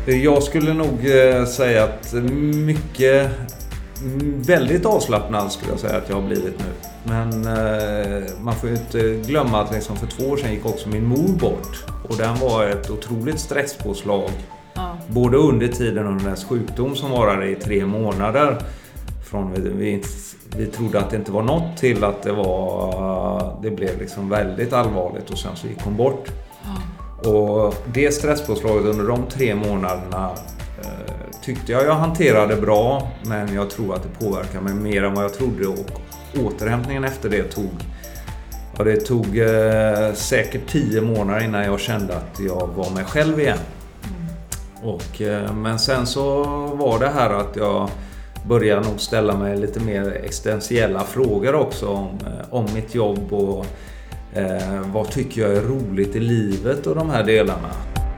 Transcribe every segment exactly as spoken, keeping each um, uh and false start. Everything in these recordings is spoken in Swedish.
Jag skulle nog säga att mycket, väldigt avslappnad skulle jag säga att jag har blivit nu. Men eh, man får ju inte glömma att liksom för två år sedan gick också min mor bort. Och den var ett otroligt stresspåslag. Ja. Både under tiden under hennes sjukdom som varade i tre månader. Från vi, vi, vi trodde att det inte var något till att det var, det blev liksom väldigt allvarligt och sen så gick hon bort. Ja. Och det stresspåslaget under de tre månaderna eh, tyckte jag jag hanterade bra, men jag tror att det påverkar mig mer än vad jag trodde och återhämtningen efter det tog ja, det tog eh, säkert tio månader innan jag kände att jag var mig själv igen. Mm. Och, eh, men sen så var det här att jag började nog ställa mig lite mer existentiella frågor också om, om mitt jobb och eh, vad tycker jag är roligt i livet och de här delarna.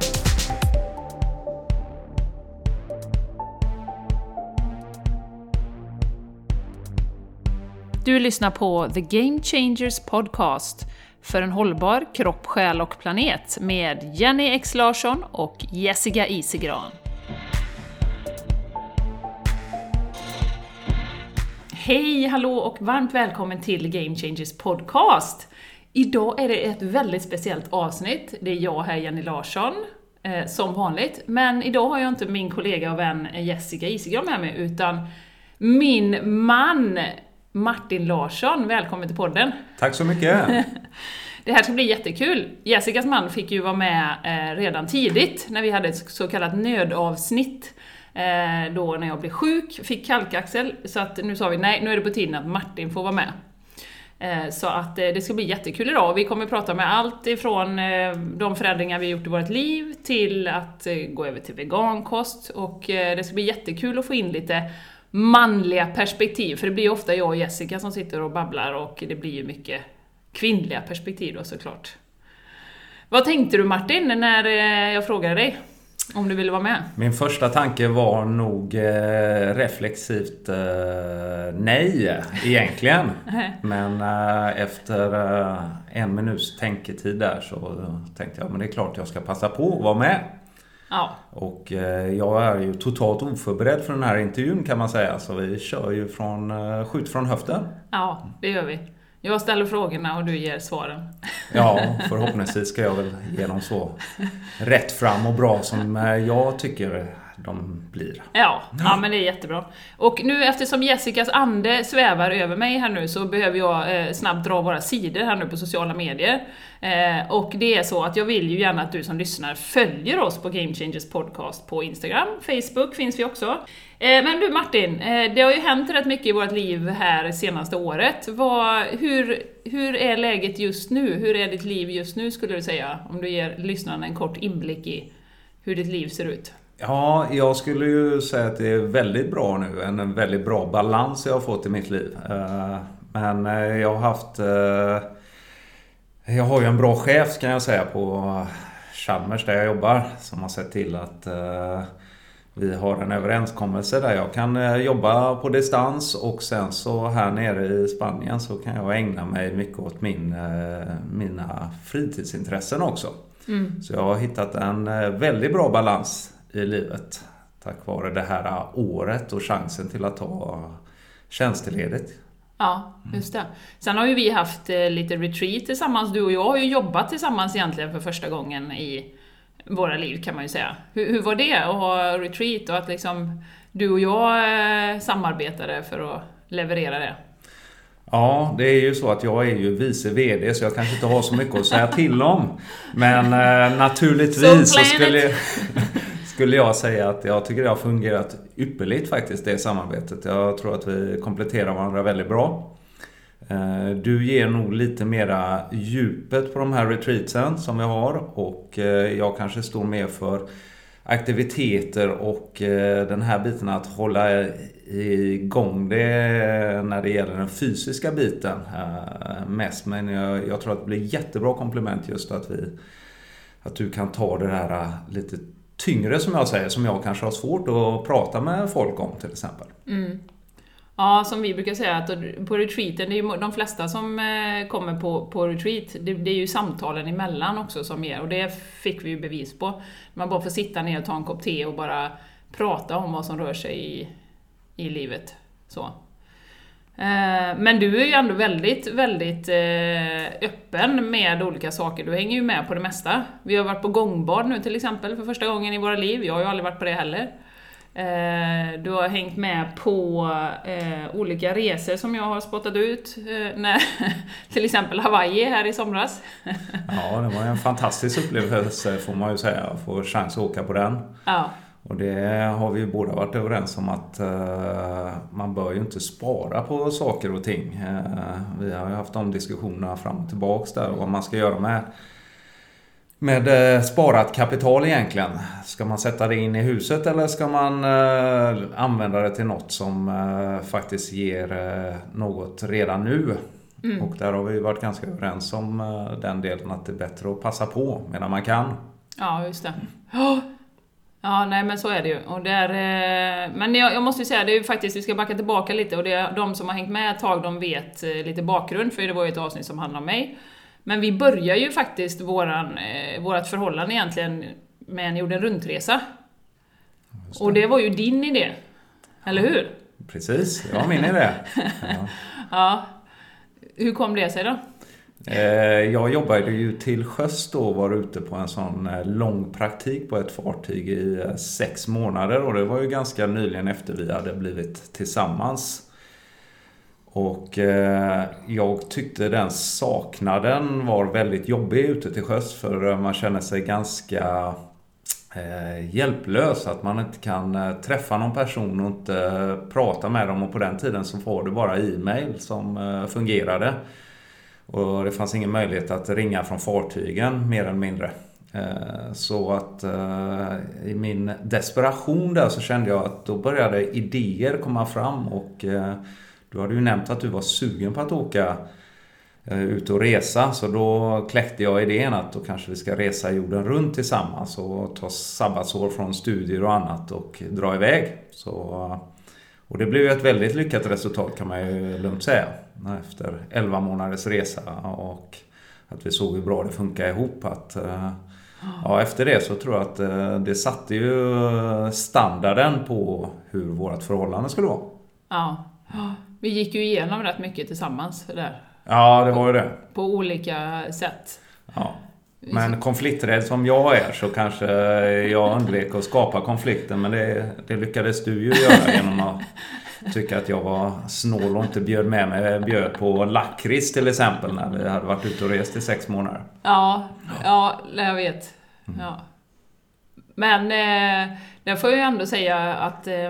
Du lyssnar på The Game Changers Podcast för en hållbar kropp, själ och planet med Jenny X Larsson och Jessica Isigran. Hej, hallå och varmt välkommen till Game Changers Podcast. Idag är det ett väldigt speciellt avsnitt. Det är jag här, Jenny Larsson, eh, som vanligt. Men idag har jag inte min kollega och vän Jessica Isigran med mig, utan min man Martin Larsson. Välkommen till podden. Tack så mycket. Det här ska bli jättekul. Jessicas man fick ju vara med eh, redan tidigt när vi hade ett så kallat nödavsnitt. Eh, då när jag blev sjuk, fick kalkaxel. Så att nu sa vi, nej, nu är det på tiden att Martin får vara med. Eh, så att eh, det ska bli jättekul idag. Vi kommer att prata med allt ifrån eh, de förändringar vi gjort i vårt liv till att eh, gå över till vegankost. Och eh, det ska bli jättekul att få in lite manliga perspektiv. För det blir ofta jag och Jessica som sitter och babblar och det blir ju mycket kvinnliga perspektiv då såklart. Vad tänkte du, Martin, när eh, jag frågade dig om du ville vara med? Min första tanke var nog eh, reflexivt eh, nej egentligen. Men eh, efter eh, en minuts tänketid där så tänkte jag men det är klart jag ska passa på att vara med. Ja. Och eh, jag är ju totalt oförberedd för den här intervjun kan man säga. Så vi kör ju från eh, skjut från höften. Ja, det gör vi. Jag ställer frågorna och du ger svaren. Ja, förhoppningsvis ska jag väl ge dem så rätt fram och bra som jag tycker de blir. Ja, ja, men det är jättebra. Och nu eftersom Jessicas ande svävar över mig här nu så behöver jag eh, snabbt dra våra sidor här nu på sociala medier. Eh, och det är så att jag vill ju gärna att du som lyssnar följer oss på Game Changers Podcast på Instagram. Facebook finns vi också. Eh, men du Martin, eh, det har ju hänt rätt mycket i vårt liv här senaste året. Vad, hur, hur är läget just nu? Hur är ditt liv just nu skulle du säga? Om du ger lyssnarna en kort inblick i hur ditt liv ser ut. Ja, jag skulle ju säga att det är väldigt bra nu. En väldigt bra balans jag har fått i mitt liv. Men jag har haft... Jag har ju en bra chef kan jag säga på Chalmers där jag jobbar. Som har sett till att vi har en överenskommelse där jag kan jobba på distans. Och sen så här nere i Spanien så kan jag ägna mig mycket åt min, mina fritidsintressen också. Mm. Så jag har hittat en väldigt bra balans i livet tack vare det här året och chansen till att ta tjänsteledigt. Ja, just det. Sen har ju vi haft eh, lite retreat tillsammans. Du och jag har ju jobbat tillsammans egentligen för första gången i våra liv kan man ju säga. Hur, hur var det att ha retreat och att liksom du och jag eh, samarbetade för att leverera det? Ja, det är ju så att jag är ju vice vd så jag kanske inte har så mycket att säga till om. Men eh, naturligtvis så skulle, skulle jag säga att jag tycker det har fungerat ypperligt faktiskt det samarbetet. Jag tror att vi kompletterar varandra väldigt bra. Eh, du ger nog lite mera djupet på de här retreatsen som vi har och eh, jag kanske står mer för aktiviteter och eh, den här biten att hålla igång det när det gäller den fysiska biten eh, mest. Men jag, jag tror att det blir jättebra komplement just att vi att du kan ta det här uh, lite tyngre som jag säger som jag kanske har svårt att prata med folk om till exempel. Mm. Ja, som vi brukar säga, att på retreaten, det är ju de flesta som eh, kommer på, på retreat, det, det är ju samtalen emellan också som ger, och det fick vi ju bevis på. Man bara får sitta ner och ta en kopp te och bara prata om vad som rör sig i, i livet. Så. Eh, men du är ju ändå väldigt, väldigt eh, öppen med olika saker. Du hänger ju med på det mesta. Vi har varit på gångbad nu till exempel för första gången i våra liv. Jag har ju aldrig varit på det heller. Du har hängt med på eh, olika resor som jag har spottat ut, eh, när, till exempel Hawaii här i somras. Ja, det var en fantastisk upplevelse får man ju säga, att få chans att åka på den. Ja. Och det har vi ju båda varit överens om att eh, man bör ju inte spara på saker och ting. Eh, vi har ju haft de diskussionerna fram och tillbaks där, och vad man ska göra med Med eh, sparat kapital egentligen. Ska man sätta det in i huset eller ska man eh, använda det till något som eh, faktiskt ger eh, något redan nu? Mm. Och där har vi varit ganska överens om eh, den delen, att det är bättre att passa på medan man kan. Ja, just det. Oh! Ja, nej men så är det ju. Och det är, eh, men jag, jag måste ju säga, det är ju faktiskt, vi ska backa tillbaka lite, och det är, de som har hängt med ett tag, de vet eh, lite bakgrund, för det var ju ett avsnitt som handlar om mig. Men vi börjar ju faktiskt våran, eh, vårat förhållande egentligen med en jorden runtresa. Det. Och det var ju din idé, eller hur? Precis, det var min idé. Ja. Ja. Hur kom det sig då? Eh, jag jobbade ju till sjöss då och var ute på en sån eh, lång praktik på ett fartyg i eh, sex månader. Och det var ju ganska nyligen efter vi hade blivit tillsammans. Och eh, jag tyckte den saknaden var väldigt jobbig ute till sjöss, för man känner sig ganska eh, hjälplös, att man inte kan eh, träffa någon person och inte eh, prata med dem, och på den tiden så var det bara e-mail som eh, fungerade, och det fanns ingen möjlighet att ringa från fartygen mer eller mindre. Eh, så att eh, i min desperation där så kände jag att då började idéer komma fram, och eh, du hade ju nämnt att du var sugen på att åka eh, ut och resa. Så då kläckte jag idén att då kanske vi ska resa jorden runt tillsammans och ta sabbatsår från studier och annat och dra iväg. Så, och det blev ju ett väldigt lyckat resultat, kan man ju lugnt säga. Efter elva månaders resa, och att vi såg hur bra det funkar ihop. Att, eh, ja, efter det så tror jag att eh, det satte ju standarden på hur vårt förhållande skulle vara. Ja. Vi gick ju igenom rätt mycket tillsammans där. Ja, det var ju det. På olika sätt. Ja. Men konflikträdd som jag är så kanske jag undvek att skapa konflikten, men det, det lyckades du ju göra genom att tycka att jag var snål och inte bjöd med mig bjöd på lakrits till exempel när vi hade varit ute och rest i sex månader. Ja, ja, jag vet. Ja. Men eh, där får jag ju ändå säga att eh,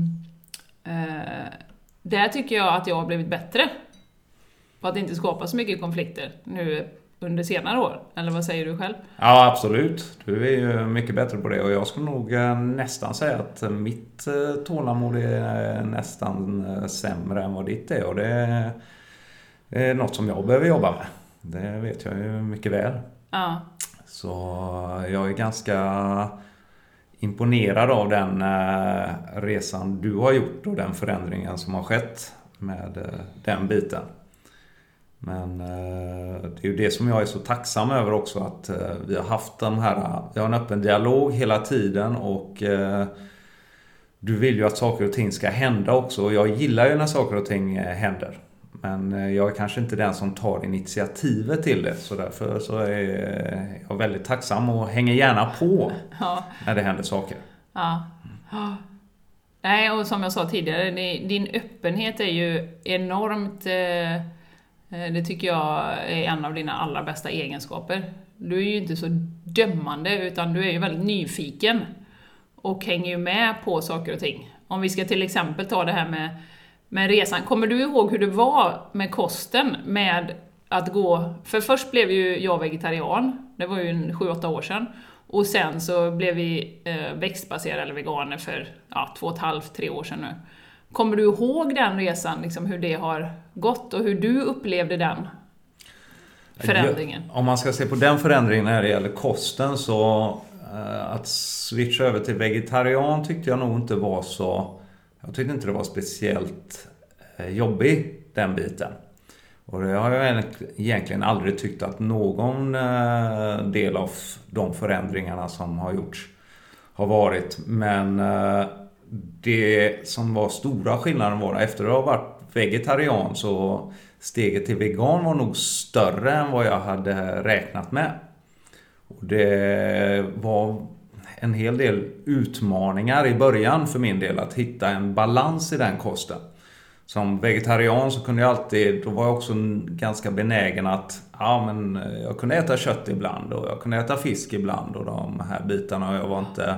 eh, där tycker jag att jag har blivit bättre på att inte skapa så mycket konflikter nu under senare år. Eller vad säger du själv? Ja, absolut. Du är ju mycket bättre på det, och jag skulle nog nästan säga att mitt tålamod är nästan sämre än vad ditt är, och det är något som jag behöver jobba med. Det vet jag ju mycket väl. Ja. Så jag är ganska imponerad av den resan du har gjort och den förändringen som har skett med den biten. Men det är ju det som jag är så tacksam över också, att vi har haft de här, vi har en öppen dialog hela tiden, och du vill ju att saker och ting ska hända också, och jag gillar ju när saker och ting händer. Men jag är kanske inte den som tar initiativet till det, så därför så är jag väldigt tacksam och hänger gärna på ja. när det händer saker. Ja. Mm. Nej, och som jag sa tidigare, din öppenhet är ju enormt, det tycker jag är en av dina allra bästa egenskaper. Du är ju inte så dömande, utan du är ju väldigt nyfiken och hänger ju med på saker och ting. Om vi ska till exempel ta det här med med resan. Kommer du ihåg hur det var med kosten, med att gå, för först blev ju jag vegetarian, det var ju sju åtta år sedan, och sen så blev vi eh, växtbaserade eller veganer för ja, två och ett halvt, tre år sedan nu. Kommer du ihåg den resan, liksom hur det har gått och hur du upplevde den förändringen? Om man ska se på den förändringen när det gäller kosten, så eh, att switcha över till vegetarian tyckte jag nog inte var så. Jag tyckte inte det var speciellt jobbig, den biten. Och det har jag egentligen aldrig tyckt att någon del av de förändringarna som har gjorts har varit. Men det som var stora skillnaden var efter att ha varit vegetarian, så steget till vegan var nog större än vad jag hade räknat med. Och det var en hel del utmaningar i början för min del att hitta en balans i den kosten. Som vegetarian så kunde jag alltid, då var jag också ganska benägen att ja, men jag kunde äta kött ibland och jag kunde äta fisk ibland och de här bitarna, och jag var inte,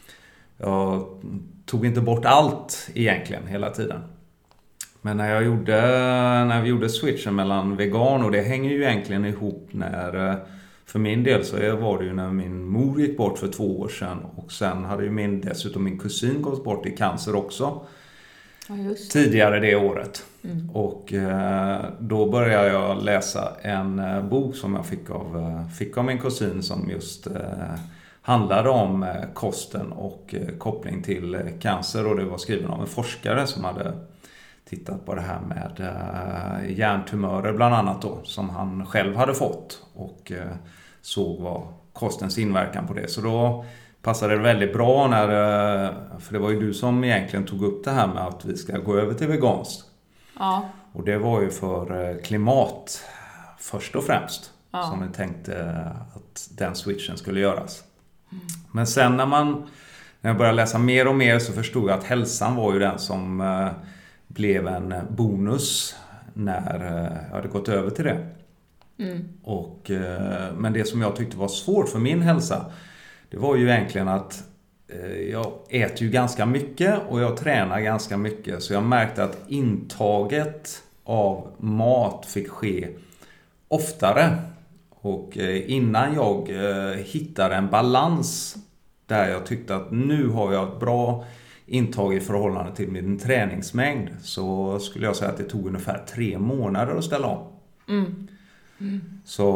jag tog inte bort allt egentligen hela tiden. Men när jag gjorde, när vi gjorde switchen mellan vegan, och det hänger ju egentligen ihop när, för min del så var det ju när min mor gick bort för två år sedan, och sen hade ju min, dessutom min kusin gått bort i cancer också. Ja, just. Tidigare det året. Mm. Och eh, då började jag läsa en eh, bok som jag fick av, eh, fick av min kusin som just eh, handlade om eh, kosten och eh, koppling till eh, cancer. Och det var skriven av en forskare som hade tittat på det här med eh, hjärntumörer bland annat då, som han själv hade fått. Och eh, såg vad kostens inverkan på det. Så då passade det väldigt bra när, för det var ju du som egentligen tog upp det här med att vi ska gå över till veganskt. Ja. Och det var ju för klimat först och främst, ja, som vi tänkte att den switchen skulle göras. Mm. Men sen när man när jag började läsa mer och mer så förstod jag att hälsan var ju den som eh, blev en bonus när eh, jag hade gått över till det. Mm. Och, eh, men det som jag tyckte var svårt för min hälsa, det var ju egentligen att eh, jag äter ju ganska mycket och jag tränar ganska mycket. Så jag märkte att intaget av mat fick ske oftare. Och eh, innan jag eh, hittade en balans där jag tyckte att nu har jag ett bra intag i förhållande till min träningsmängd, så skulle jag säga att det tog ungefär tre månader att ställa om. Mm. Mm. Så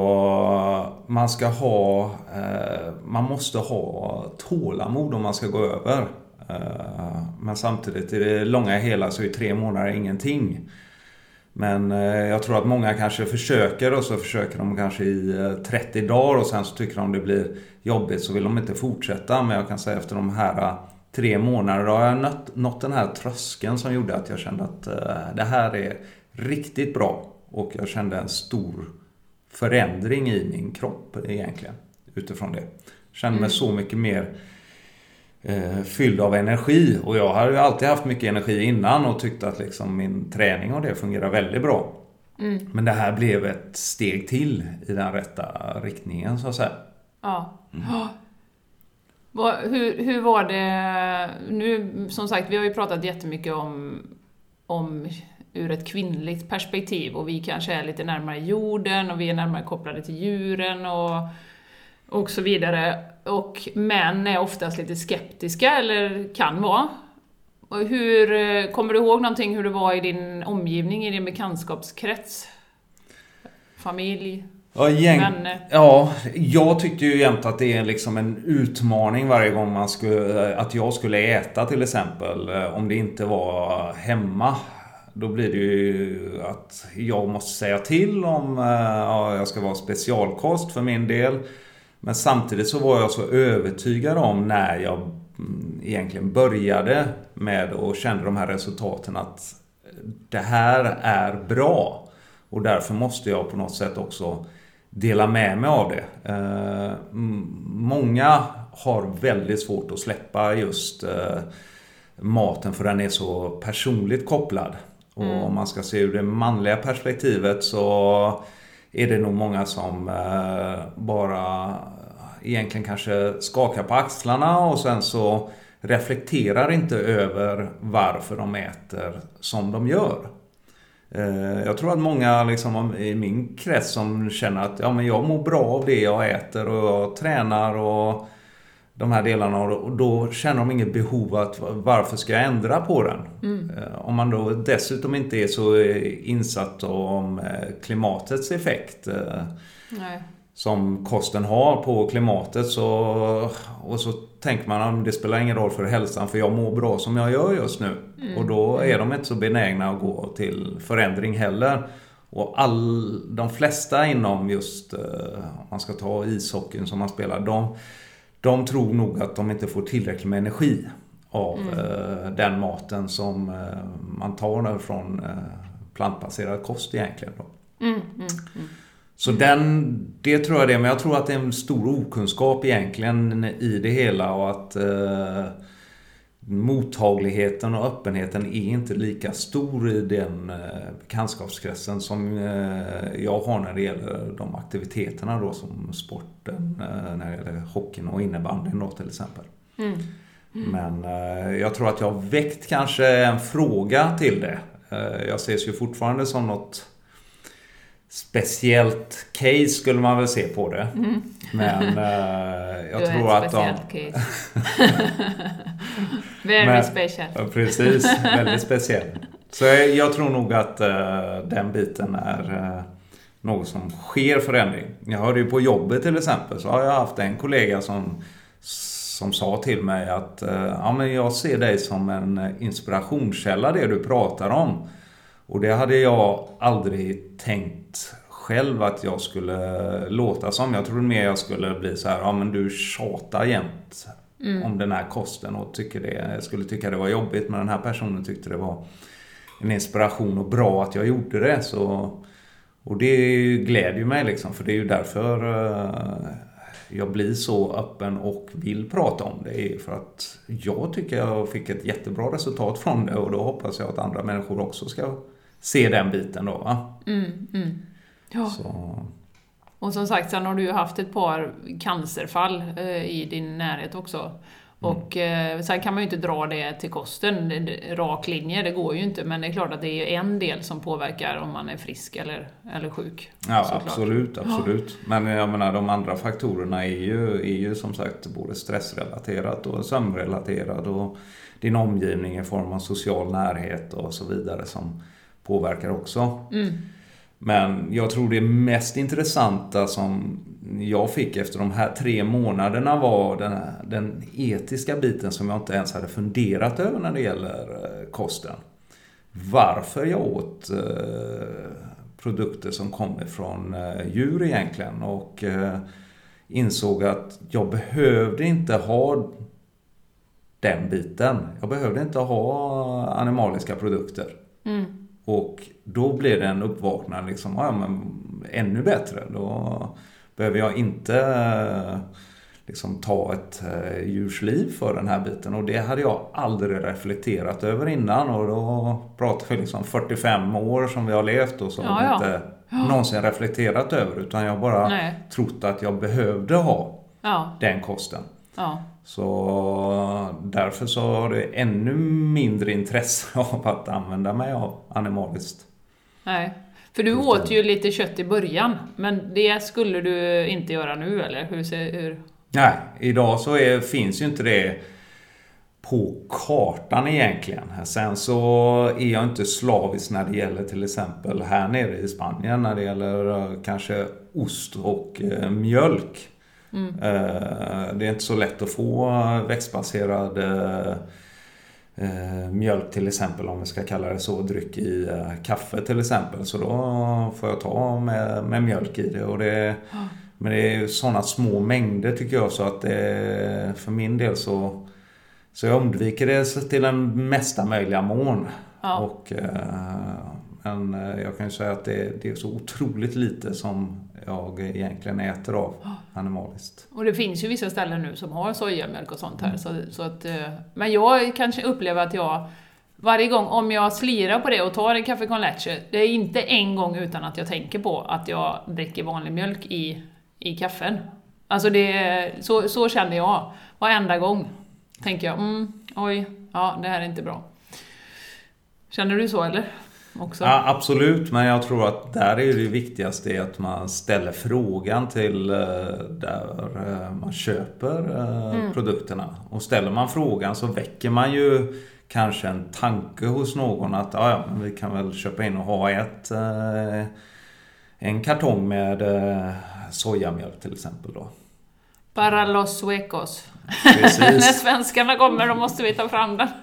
man ska ha eh, man måste ha tålamod om man ska gå över, eh, men samtidigt i det långa hela så är tre månader ingenting. Men eh, jag tror att många kanske försöker, och så försöker de kanske i eh, trettio dagar och sen så tycker de det blir jobbigt, så vill de inte fortsätta. Men jag kan säga efter de här eh, tre månader har jag nått, nått den här tröskeln som gjorde att jag kände att eh, det här är riktigt bra, och jag kände en stor förändring i min kropp egentligen utifrån det. Jag kände mig mm. så mycket mer eh, fylld av energi, och jag har ju alltid haft mycket energi innan och tyckte att liksom min träning och det fungerar väldigt bra. Mm. Men det här blev ett steg till i den rätta riktningen så att säga. Ja. Mm. Vad, hur, hur var det nu, som sagt, vi har ju pratat jättemycket om om ur ett kvinnligt perspektiv, och vi kanske är lite närmare jorden och vi är närmare kopplade till djuren och, och så vidare. Och män är oftast lite skeptiska, eller kan vara. Och hur, kommer du ihåg någonting hur det var i din omgivning, i din bekantskapskrets? Familj? Ja, gäng, ja, jag tyckte ju jämt att det är liksom en utmaning varje gång man skulle, att jag skulle äta till exempel, om det inte var hemma. Då blir det ju att jag måste säga till om ja, jag ska vara specialkost för min del. Men samtidigt så var jag så övertygad om när jag egentligen började med och kände de här resultaten att det här är bra. Och därför måste jag på något sätt också dela med mig av det. Eh, många har väldigt svårt att släppa just eh, maten, för den är så personligt kopplad. Och mm. om man ska se ur det manliga perspektivet så är det nog många som eh, bara egentligen kanske skakar på axlarna och sen så reflekterar inte över varför de äter som de gör. Jag tror att många liksom i min krets som känner att ja, men jag mår bra av det jag äter och jag tränar och de här delarna, och då känner de inget behov att varför ska jag ändra på den. Mm. Om man då dessutom inte är så insatt om klimatets effekt. Nej. som kosten har på klimatet, så, och så tänker man att det spelar ingen roll för hälsan för jag mår bra som jag gör just nu. Mm. Och då är de inte så benägna att gå till förändring heller. Och all, de flesta inom just, om man ska ta ishockeyn som man spelar, de, de tror nog att de inte får tillräckligt med energi av mm. eh, den maten som eh, man tar från eh, plantbaserad kost egentligen då. Mm, mm, mm. Så mm. den, det tror jag det, men jag tror att det är en stor okunskap egentligen i det hela och att eh, mottagligheten och öppenheten är inte lika stor i den eh, bekantskapskretsen som eh, jag har när det gäller de aktiviteterna då som sporten, eh, när det gäller hockeyn och innebandyn då till exempel. Mm. Mm. Men eh, jag tror att jag har väckt kanske en fråga till det. Eh, jag ses ju fortfarande som något speciellt case skulle man väl se på det. Mm. Men eh, jag du tror är att ett speciellt de... case. Very Men, special. Ja, precis, väldigt speciell. Så jag, jag tror nog att eh, den biten är eh, något som sker förändring. Jag hörde ju på jobbet till exempel, så har jag haft en kollega som som sa till mig att eh, ja, men jag ser dig som en inspirationskälla det du pratar om. Och det hade jag aldrig tänkt själv att jag skulle låta som. Jag trodde mer jag skulle bli så här, ja men du tjatar jämt mm. om den här kosten och tycker det, jag skulle tycka det var jobbigt, men den här personen tyckte det var en inspiration och bra att jag gjorde det. Så, och det glädjer mig liksom, för det är ju därför uh, jag blir så öppen och vill prata om det, är för att jag tycker jag fick ett jättebra resultat från det och då hoppas jag att andra människor också ska se den biten då, va? Mm, mm. Ja. Så. Och som sagt, sen har du ju haft ett par cancerfall eh, i din närhet också. Mm. Och eh, sen kan man ju inte dra det till kosten, rak linje, det går ju inte. Men det är klart att det är en del som påverkar om man är frisk eller, eller sjuk. Ja, absolut, absolut. Ja. Men jag menar, de andra faktorerna är ju, är ju som sagt både stressrelaterat och sömnrelaterat och din omgivning i form av social närhet och så vidare som påverkar också. Mm. Men jag tror det mest intressanta som jag fick efter de här tre månaderna var den, den etiska biten som jag inte ens hade funderat över när det gäller kosten. Varför jag åt eh, produkter som kommer från eh, djur egentligen och eh, insåg att jag behövde inte ha den biten. Jag behövde inte ha animaliska produkter. Mm. Och då blir det en uppvaknande liksom, ja men ännu bättre. Då behöver jag inte liksom ta ett eh, djurs liv för den här biten. Och det hade jag aldrig reflekterat över innan. Och då pratar vi liksom fyrtiofem år som vi har levt och så har ja, inte ja. någonsin reflekterat över. Utan jag bara Nej. trott att jag behövde ha ja. den kosten. Ja. Så därför så har det ännu mindre intresse av att använda mig av animaliskt. Nej, för du åt ju lite kött i början, men det skulle du inte göra nu, eller hur ser hur? Nej, idag så är, finns ju inte det på kartan egentligen. Sen så är jag inte slavisk när det gäller till exempel här nere i Spanien när det gäller kanske ost och eh, mjölk. Mm. Det är inte så lätt att få växtbaserad eh, mjölk till exempel, om vi ska kalla det så, dryck i eh, kaffe till exempel, så då får jag ta med, med mjölk i det, och det mm. men det är sådana små mängder tycker jag, så att det, för min del så så jag undviker det till den mesta möjliga mån. Ja. Och eh, men jag kan ju säga att det, det är så otroligt lite som jag egentligen äter av animaliskt. Och det finns ju vissa ställen nu som har sojamjölk och sånt här. Mm. Så, så att, men jag kanske upplever att jag varje gång, om jag slirar på det och tar en kaffe con leche, det är inte en gång utan att jag tänker på att jag dricker vanlig mjölk i, i kaffen. Alltså det, så, så känner jag varenda gång. Tänker jag, mm, oj, ja det här är inte bra. Känner du så eller? Också. Ja, absolut, men jag tror att där är det viktigaste att man ställer frågan till där man köper mm. produkterna. Och ställer man frågan så väcker man ju kanske en tanke hos någon att ja, men vi kan väl köpa in och ha ett, en kartong med eh, sojamjölk till exempel då. Para los suecos. Precis. När svenskarna kommer då måste vi ta fram den.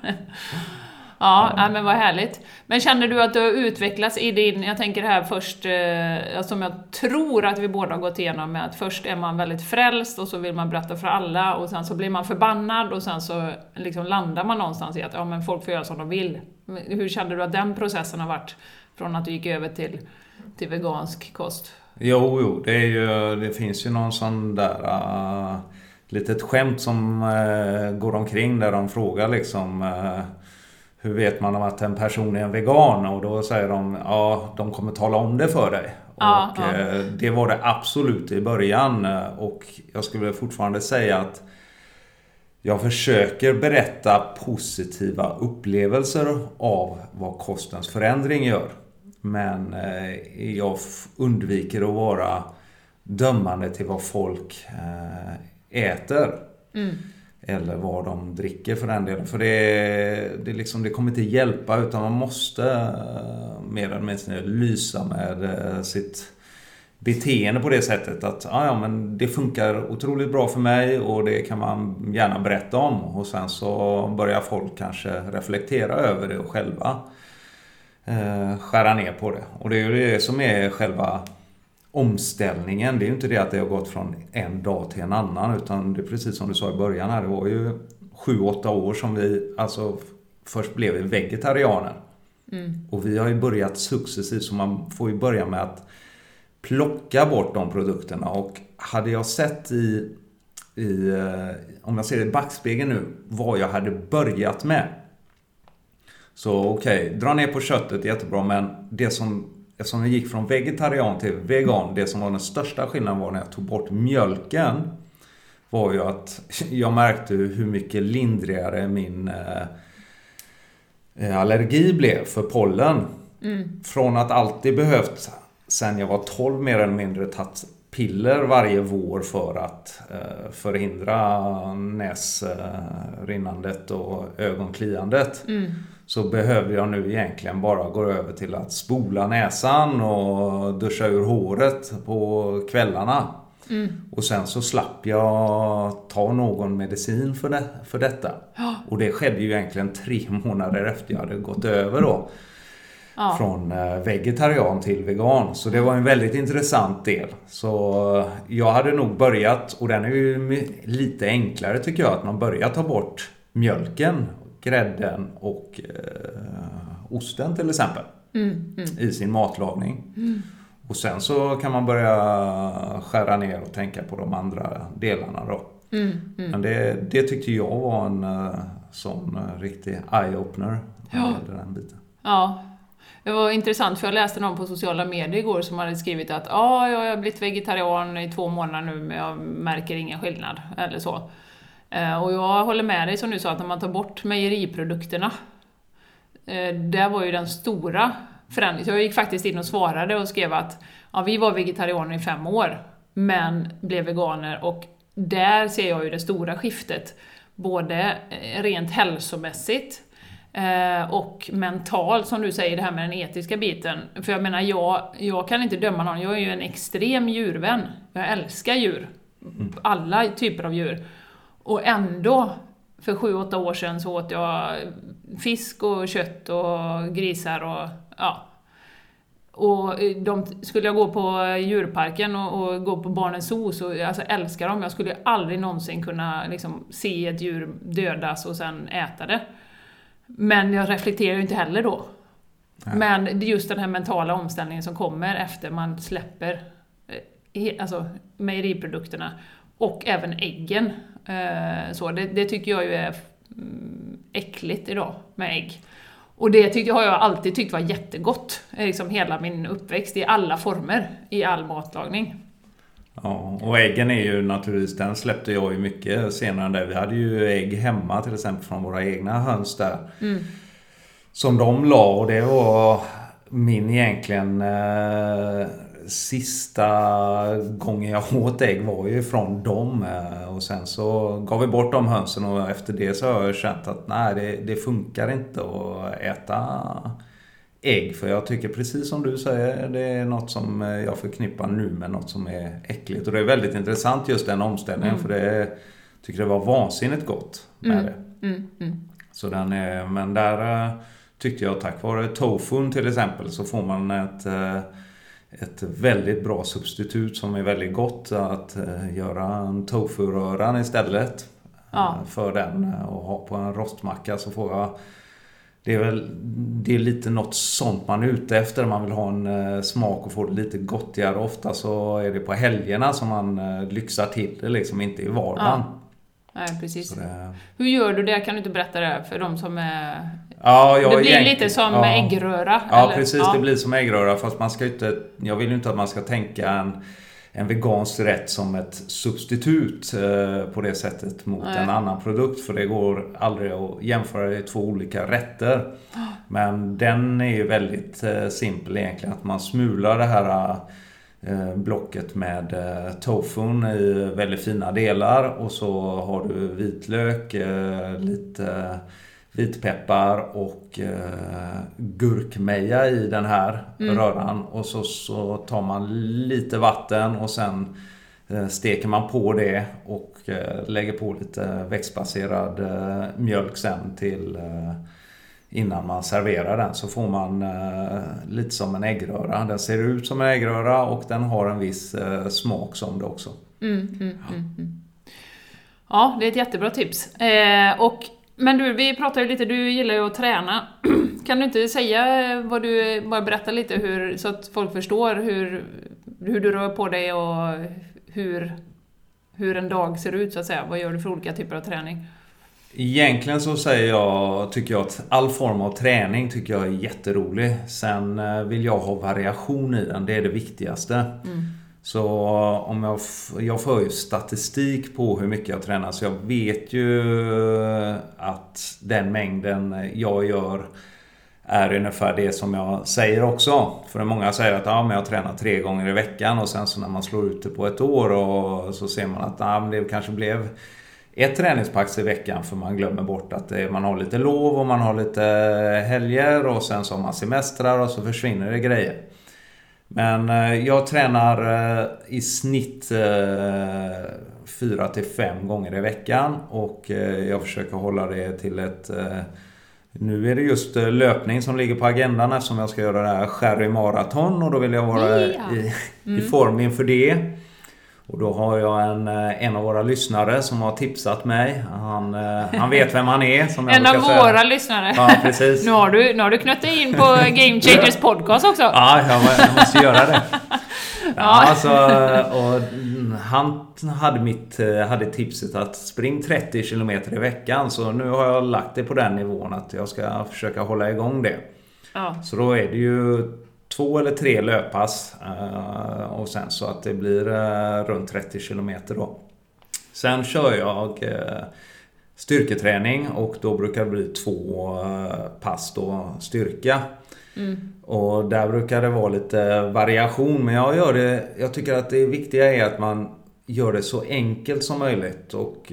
Ja, ja, men vad härligt. Men känner du att du har utvecklats i din, jag tänker här först, eh, som jag tror att vi båda har gått igenom med, att först är man väldigt frälst och så vill man berätta för alla och sen så blir man förbannad och sen så liksom landar man någonstans i att ja, men folk får göra som de vill. Hur kände du att den processen har varit från att du gick över till, till vegansk kost? Jo, jo det, är ju, det finns ju någon sån där uh, litet skämt som uh, går omkring där de frågar liksom uh, hur vet man om att en person är en vegan? Och då säger de, ja, de kommer tala om det för dig. Ja, och ja. Uh, det var det absolut i början. Och jag skulle fortfarande säga att jag försöker berätta positiva upplevelser av vad kostens förändring gör. Men eh, jag undviker att vara dömande till vad folk eh, äter. Mm. Eller vad de dricker för den delen. För det, det, liksom, det kommer inte hjälpa utan man måste eh, mer eller mindre lysa med eh, sitt beteende på det sättet. Att ah, ja, men det funkar otroligt bra för mig och det kan man gärna berätta om. Och sen så börjar folk kanske reflektera över det och själva skära ner på det. Och det är ju det som är själva omställningen. Det är ju inte det att det har gått från en dag till en annan utan det är precis som du sa i början här. Det var ju sju, åtta år som vi alltså först blev vi vegetarianer. Mm. Och vi har ju börjat successivt så man får ju börja med att plocka bort de produkterna. Och hade jag sett i, i om jag ser i backspegeln nu vad jag hade börjat med. Så okej, okay, dra ner på köttet jättebra, men det som, eftersom jag gick från vegetarian till vegan, det som var den största skillnaden var när jag tog bort mjölken, var ju att jag märkte hur mycket lindrigare min eh, allergi blev för pollen. Mm. Från att alltid behövt, sen jag var tolv mer eller mindre, tagit piller varje vår för att eh, förhindra näsrinnandet och ögonkliandet. Mm. Så behöver jag nu egentligen bara gå över till att spola näsan och duscha ur håret på kvällarna. Mm. Och sen så slapp jag ta någon medicin för, det, för detta. Ja. Och det skedde ju egentligen tre månader efter jag hade gått över då. Ja. Från vegetarian till vegan. Så det var en väldigt intressant del. Så jag hade nog börjat, och den är ju lite enklare tycker jag, att man börjar ta bort mjölken, grädden och eh, osten till exempel mm, mm. i sin matlagning. Mm. Och sen så kan man börja skära ner och tänka på de andra delarna då. Mm, mm. Men det, det tyckte jag var en uh, sån uh, riktig eye-opener. Ja. Den biten. Ja. Det var intressant för jag läste någon på sociala medier igår som hade skrivit att ah, jag har blivit vegetarian i två månader nu men jag märker ingen skillnad eller så. Uh, och jag håller med dig som du sa att när man tar bort mejeriprodukterna uh, där var ju den stora förändringen. Så jag gick faktiskt in och svarade och skrev att ja, vi var vegetarianer i fem år men blev veganer, och där ser jag ju det stora skiftet både rent hälsomässigt eh, och mentalt, som du säger, det här med den etiska biten. För jag menar, jag, jag kan inte döma någon, jag är ju en extrem djurvän, jag älskar djur, alla typer av djur, och ändå för sju, åtta år sedan så åt jag fisk och kött och grisar och ja. Och de, skulle jag gå på djurparken och, och gå på Barnens zoo så alltså, älskar dem. Jag skulle aldrig någonsin kunna liksom, se ett djur dödas och sen äta det. Men jag reflekterar ju inte heller då. Nej. Men det är just den här mentala omställningen som kommer efter man släpper alltså, mejeriprodukterna och även äggen. Så det, det tycker jag ju är äckligt idag med ägg. Och det tyckte, har jag alltid tyckt var jättegott. Liksom hela min uppväxt i alla former, i all matlagning. Ja, och äggen är ju naturligtvis, den släppte jag ju mycket senare än det. Vi hade ju ägg hemma till exempel från våra egna höns där. Mm. Som de la, och det var min egentligen eh, sista gången jag åt ägg var ju från dem. Eh, och sen så gav vi bort de hönsen, och efter det så har jag känt att nej, det, det funkar inte att äta ägg. För jag tycker precis som du säger, det är något som jag förknippar nu med något som är äckligt. Och det är väldigt intressant just den omställningen. Mm. För det är, tycker det var vansinnigt gott med mm. det. Mm. Mm. Så den är, men där tyckte jag tack vare tofun till exempel så får man ett, ett väldigt bra substitut som är väldigt gott att göra en tofu-röran istället. Ja. För den och ha på en rostmacka så får jag det är väl det är lite något sånt man är ute efter. Man vill ha en smak och få det lite gottigare. Ofta så är det på helgerna som man lyxar till det liksom, inte i vardagen. Ja. Nej, precis. Det... Hur gör du det? Kan du inte berätta det för de som är... Ja, jag det blir egentligen... lite som ja. äggröra. Ja, eller? precis. Ja. Det blir som äggröra. Fast man ska inte... Jag vill ju inte att man ska tänka en, en vegansk rätt som ett substitut eh, på det sättet mot Nej. en annan produkt. För det går aldrig att jämföra i två olika rätter. Men den är ju väldigt eh, simpel egentligen. Att man smular det här... Eh, blocket med eh, tofun i väldigt fina delar och så har du vitlök, eh, lite eh, vitpeppar och eh, gurkmeja i den här mm. röran och så, så tar man lite vatten och sen eh, steker man på det och eh, lägger på lite växtbaserad eh, mjölk sen till eh, innan man serverar den, så får man eh, lite som en äggröra. Den ser ut som en äggröra och den har en viss eh, smak som det också. Mm, mm, ja. Mm, mm. Ja, det är ett jättebra tips. Eh, och, men du, vi pratar ju lite, du gillar ju att träna. Kan du inte säga vad du, bara berätta lite hur, så att folk förstår hur, hur du rör på dig och hur, hur en dag ser ut så att säga. Vad gör du för olika typer av träning? Egentligen så säger jag, tycker jag att all form av träning tycker jag är jätterolig. Sen vill jag ha variation i den, det är det viktigaste. Mm. Så om jag, jag får ju statistik på hur mycket jag tränar, så jag vet ju att den mängden jag gör är ungefär det som jag säger också. För många säger att ja, men jag tränar tre gånger i veckan och sen så när man slår ut det på ett år och så ser man att ja, men det kanske blev ett träningspax i veckan, för man glömmer bort att man har lite lov och man har lite helger och sen så har man semestrar och så försvinner det grejer. Men jag tränar i snitt fyra till fem gånger i veckan och jag försöker hålla det till ett... Nu är det just löpning som ligger på agendan eftersom jag ska göra det här Sherry Marathon och då vill jag vara i, mm. i form inför det. Och då har jag en, en av våra lyssnare som har tipsat mig. Han, han vet vem han är. Som en av våra säga. lyssnare. Ja, precis. Nu har du, nu har du knuttit in på Game Changers podcast också. Ja, jag, jag måste göra det. Ja, alltså, och han hade, mitt, hade tipset att spring trettio kilometer i veckan. Så nu har jag lagt det på den nivån att jag ska försöka hålla igång det. Ja. Så då är det ju... två eller tre löppass och sen så att det blir runt trettio kilometer då. Sen kör jag styrketräning och då brukar det bli två pass då styrka. Mm. Och där brukar det vara lite variation, men jag gör det, jag tycker att det viktiga är att man gör det så enkelt som möjligt och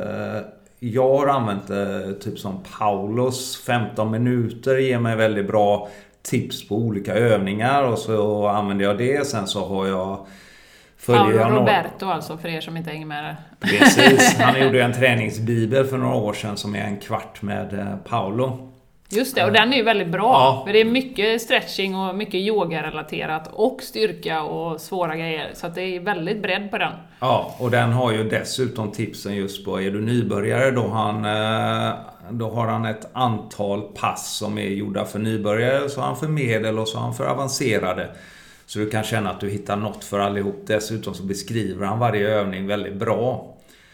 jag har använt det typ som Paulos femton minuter ger mig väldigt bra tips på olika övningar och så använder jag det. Sen så har jag Paolo jag Roberto några... alltså för er som inte hänger med det. Precis, han gjorde en träningsbibel för några år sedan som är en kvart med Paolo. Just det, och den är ju väldigt bra. Ja. För det är mycket stretching och mycket yoga-relaterat och styrka och svåra grejer. Så att det är väldigt bredd på den. Ja, och den har ju dessutom tipsen just på, är du nybörjare då, han, då har han ett antal pass som är gjorda för nybörjare. Så har han för medel och så har han för avancerade. Så du kan känna att du hittar något för allihop. Dessutom så beskriver han varje övning väldigt bra.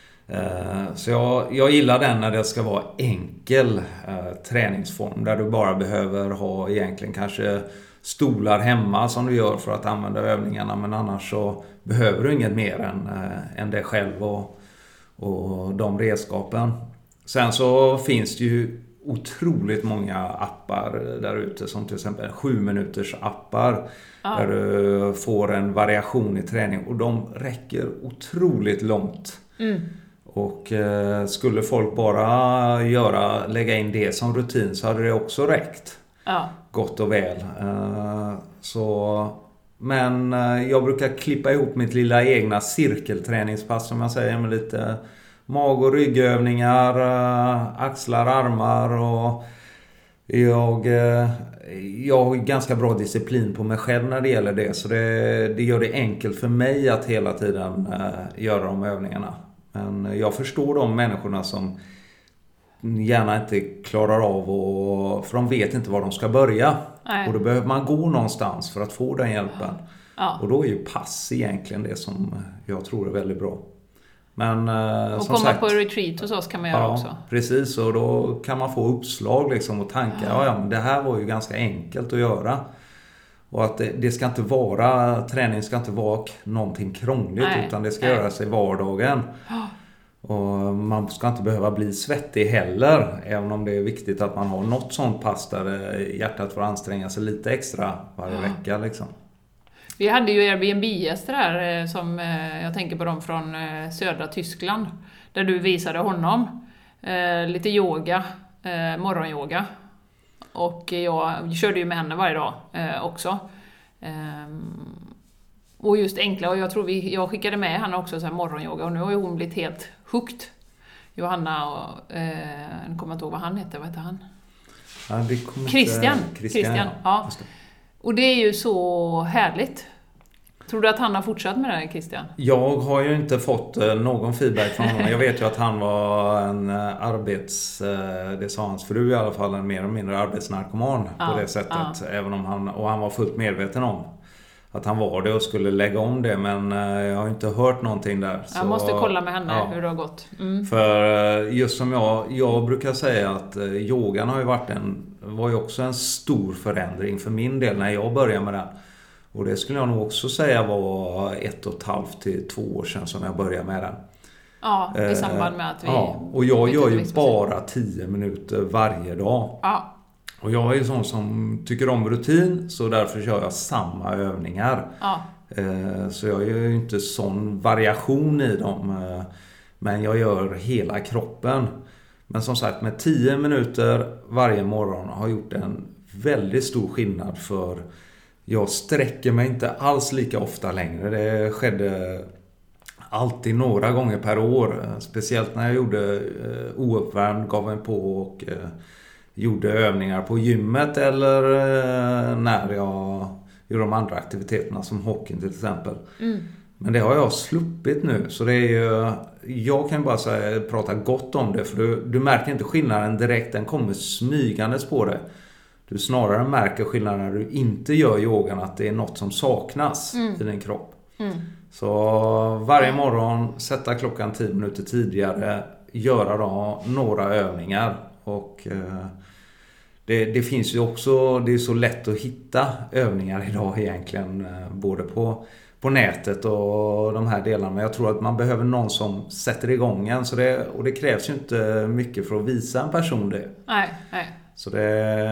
Så jag, jag gillar den när det ska vara enkel eh, träningsform där du bara behöver ha egentligen kanske stolar hemma som du gör för att använda övningarna, men annars så behöver du inget mer än, eh, än dig själv och, och de redskapen. Sen så finns det ju otroligt många appar där ute som till exempel sju minuters appar ah. där du får en variation i träning och de räcker otroligt långt. Mm. Och eh, skulle folk bara göra, lägga in det som rutin så hade det också räckt. Ja. Gott och väl. Så, men jag brukar klippa ihop mitt lilla egna cirkelträningspass som jag säger, med lite mag- och ryggövningar, axlar, armar, och jag, jag har ganska bra disciplin på mig själv när det gäller det, så det, det gör det enkelt för mig att hela tiden göra de övningarna. Men jag förstår de människorna som gärna inte klarar av, och, för de vet inte var de ska börja. Nej. Och då behöver man gå någonstans för att få den hjälpen. Ja. Och då är ju pass egentligen det som jag tror är väldigt bra. Men, och som komma sagt, på retreat hos oss kan man göra ja, också. Precis, och då kan man få uppslag liksom, och tankar. Ja. Ja, men det här var ju ganska enkelt att göra. Och att det, det ska inte vara, träning ska inte vara någonting krångligt. Nej. Utan det ska Nej. göras i vardagen. Ja. Och man ska inte behöva bli svettig heller, även om det är viktigt att man har något sånt pass där hjärtat får anstränga sig lite extra varje ja. vecka liksom. Vi hade ju Airbnb-gäster här, som jag tänker på dem från södra Tyskland, där du visade honom eh, lite yoga, eh, morgonyoga, och jag körde ju med henne varje dag eh, också. Eh, och just enkla, och jag tror vi, jag skickade med henne också så här morgonyoga, och nu har ju hon blivit helt hooked. Johanna och, eh, jag kommer inte ihåg vad han heter, vad heter han? Ja, det kommer Christian. Inte, Christian, Christian, ja. Och det är ju så härligt. Tror du att han har fortsatt med det här, Christian? Jag har ju inte fått någon feedback från honom. Jag vet ju att han var en arbets... Det sa hans fru i alla fall, en mer eller mindre arbetsnarkoman ja, på det sättet. Ja. Även om han... Och han var fullt medveten om att han var det och skulle lägga om det. Men jag har inte hört någonting där. Jag så, måste kolla med henne ja. hur det har gått. Mm. För just som jag... Jag brukar säga att yogan har ju varit en... var ju också en stor förändring för min del när jag började med den. Och det skulle jag nog också säga var ett och ett halvt till två år sedan som jag började med den. Ja, i samband med att vi... Ja, och jag gör ju bara tio minuter varje dag. Ja. Och jag är ju sån som tycker om rutin, så därför kör jag samma övningar. Ja. Så jag gör ju inte sån variation i dem. Men jag gör hela kroppen. Men som sagt, med tio minuter varje morgon har gjort en väldigt stor skillnad, för jag sträcker mig inte alls lika ofta längre. Det skedde alltid några gånger per år. Speciellt när jag gjorde ouppvärmd, gav mig på och gjorde övningar på gymmet, eller när jag gjorde de andra aktiviteterna som hockeyn till exempel. Mm. Men det har jag sluppit nu. Så det är ju, jag kan bara säga, prata gott om det. För du, du märker inte skillnaden direkt. Den kommer smygandes på det. Du snarare märker skillnaden när du inte gör yogan, att det är något som saknas mm. i din kropp. Mm. Så varje morgon sätta klockan tio minuter tidigare. Göra då några övningar. Och eh, det, det finns ju också, det är så lätt att hitta övningar idag egentligen. Eh, både på... på nätet och de här delarna. Men jag tror att man behöver någon som sätter igång en. Så det, och det krävs ju inte mycket för att visa en person det. Nej, nej. Så det,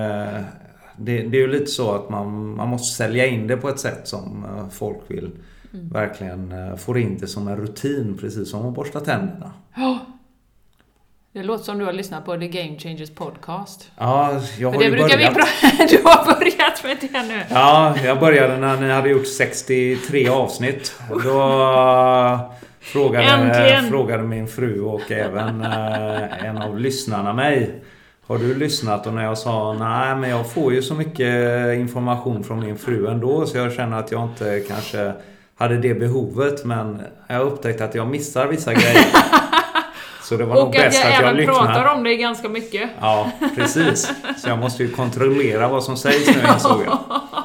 det, det är ju lite så att man, man måste sälja in det på ett sätt som folk vill mm. verkligen få in det som en rutin. Precis som att borsta tänderna. Ja. Det låter som du har lyssnat på The Game Changers podcast. Ja, jag har För det ju brukar börjat. Vi pra- du har börjat med det nu. Ja, jag började när ni hade gjort sextiotre avsnitt. Då frågade, frågade min fru och även en av lyssnarna mig: har du lyssnat? Och när jag sa nej, men jag får ju så mycket information från min fru ändå, så jag känner att jag inte kanske hade det behovet. Men jag har upptäckt att jag missar vissa grejer. Så det var och nog bäst att jag, att jag även lyssnar. pratar om det ganska mycket. Ja, precis. Så jag måste ju kontrollera vad som sägs nu, insåg jag.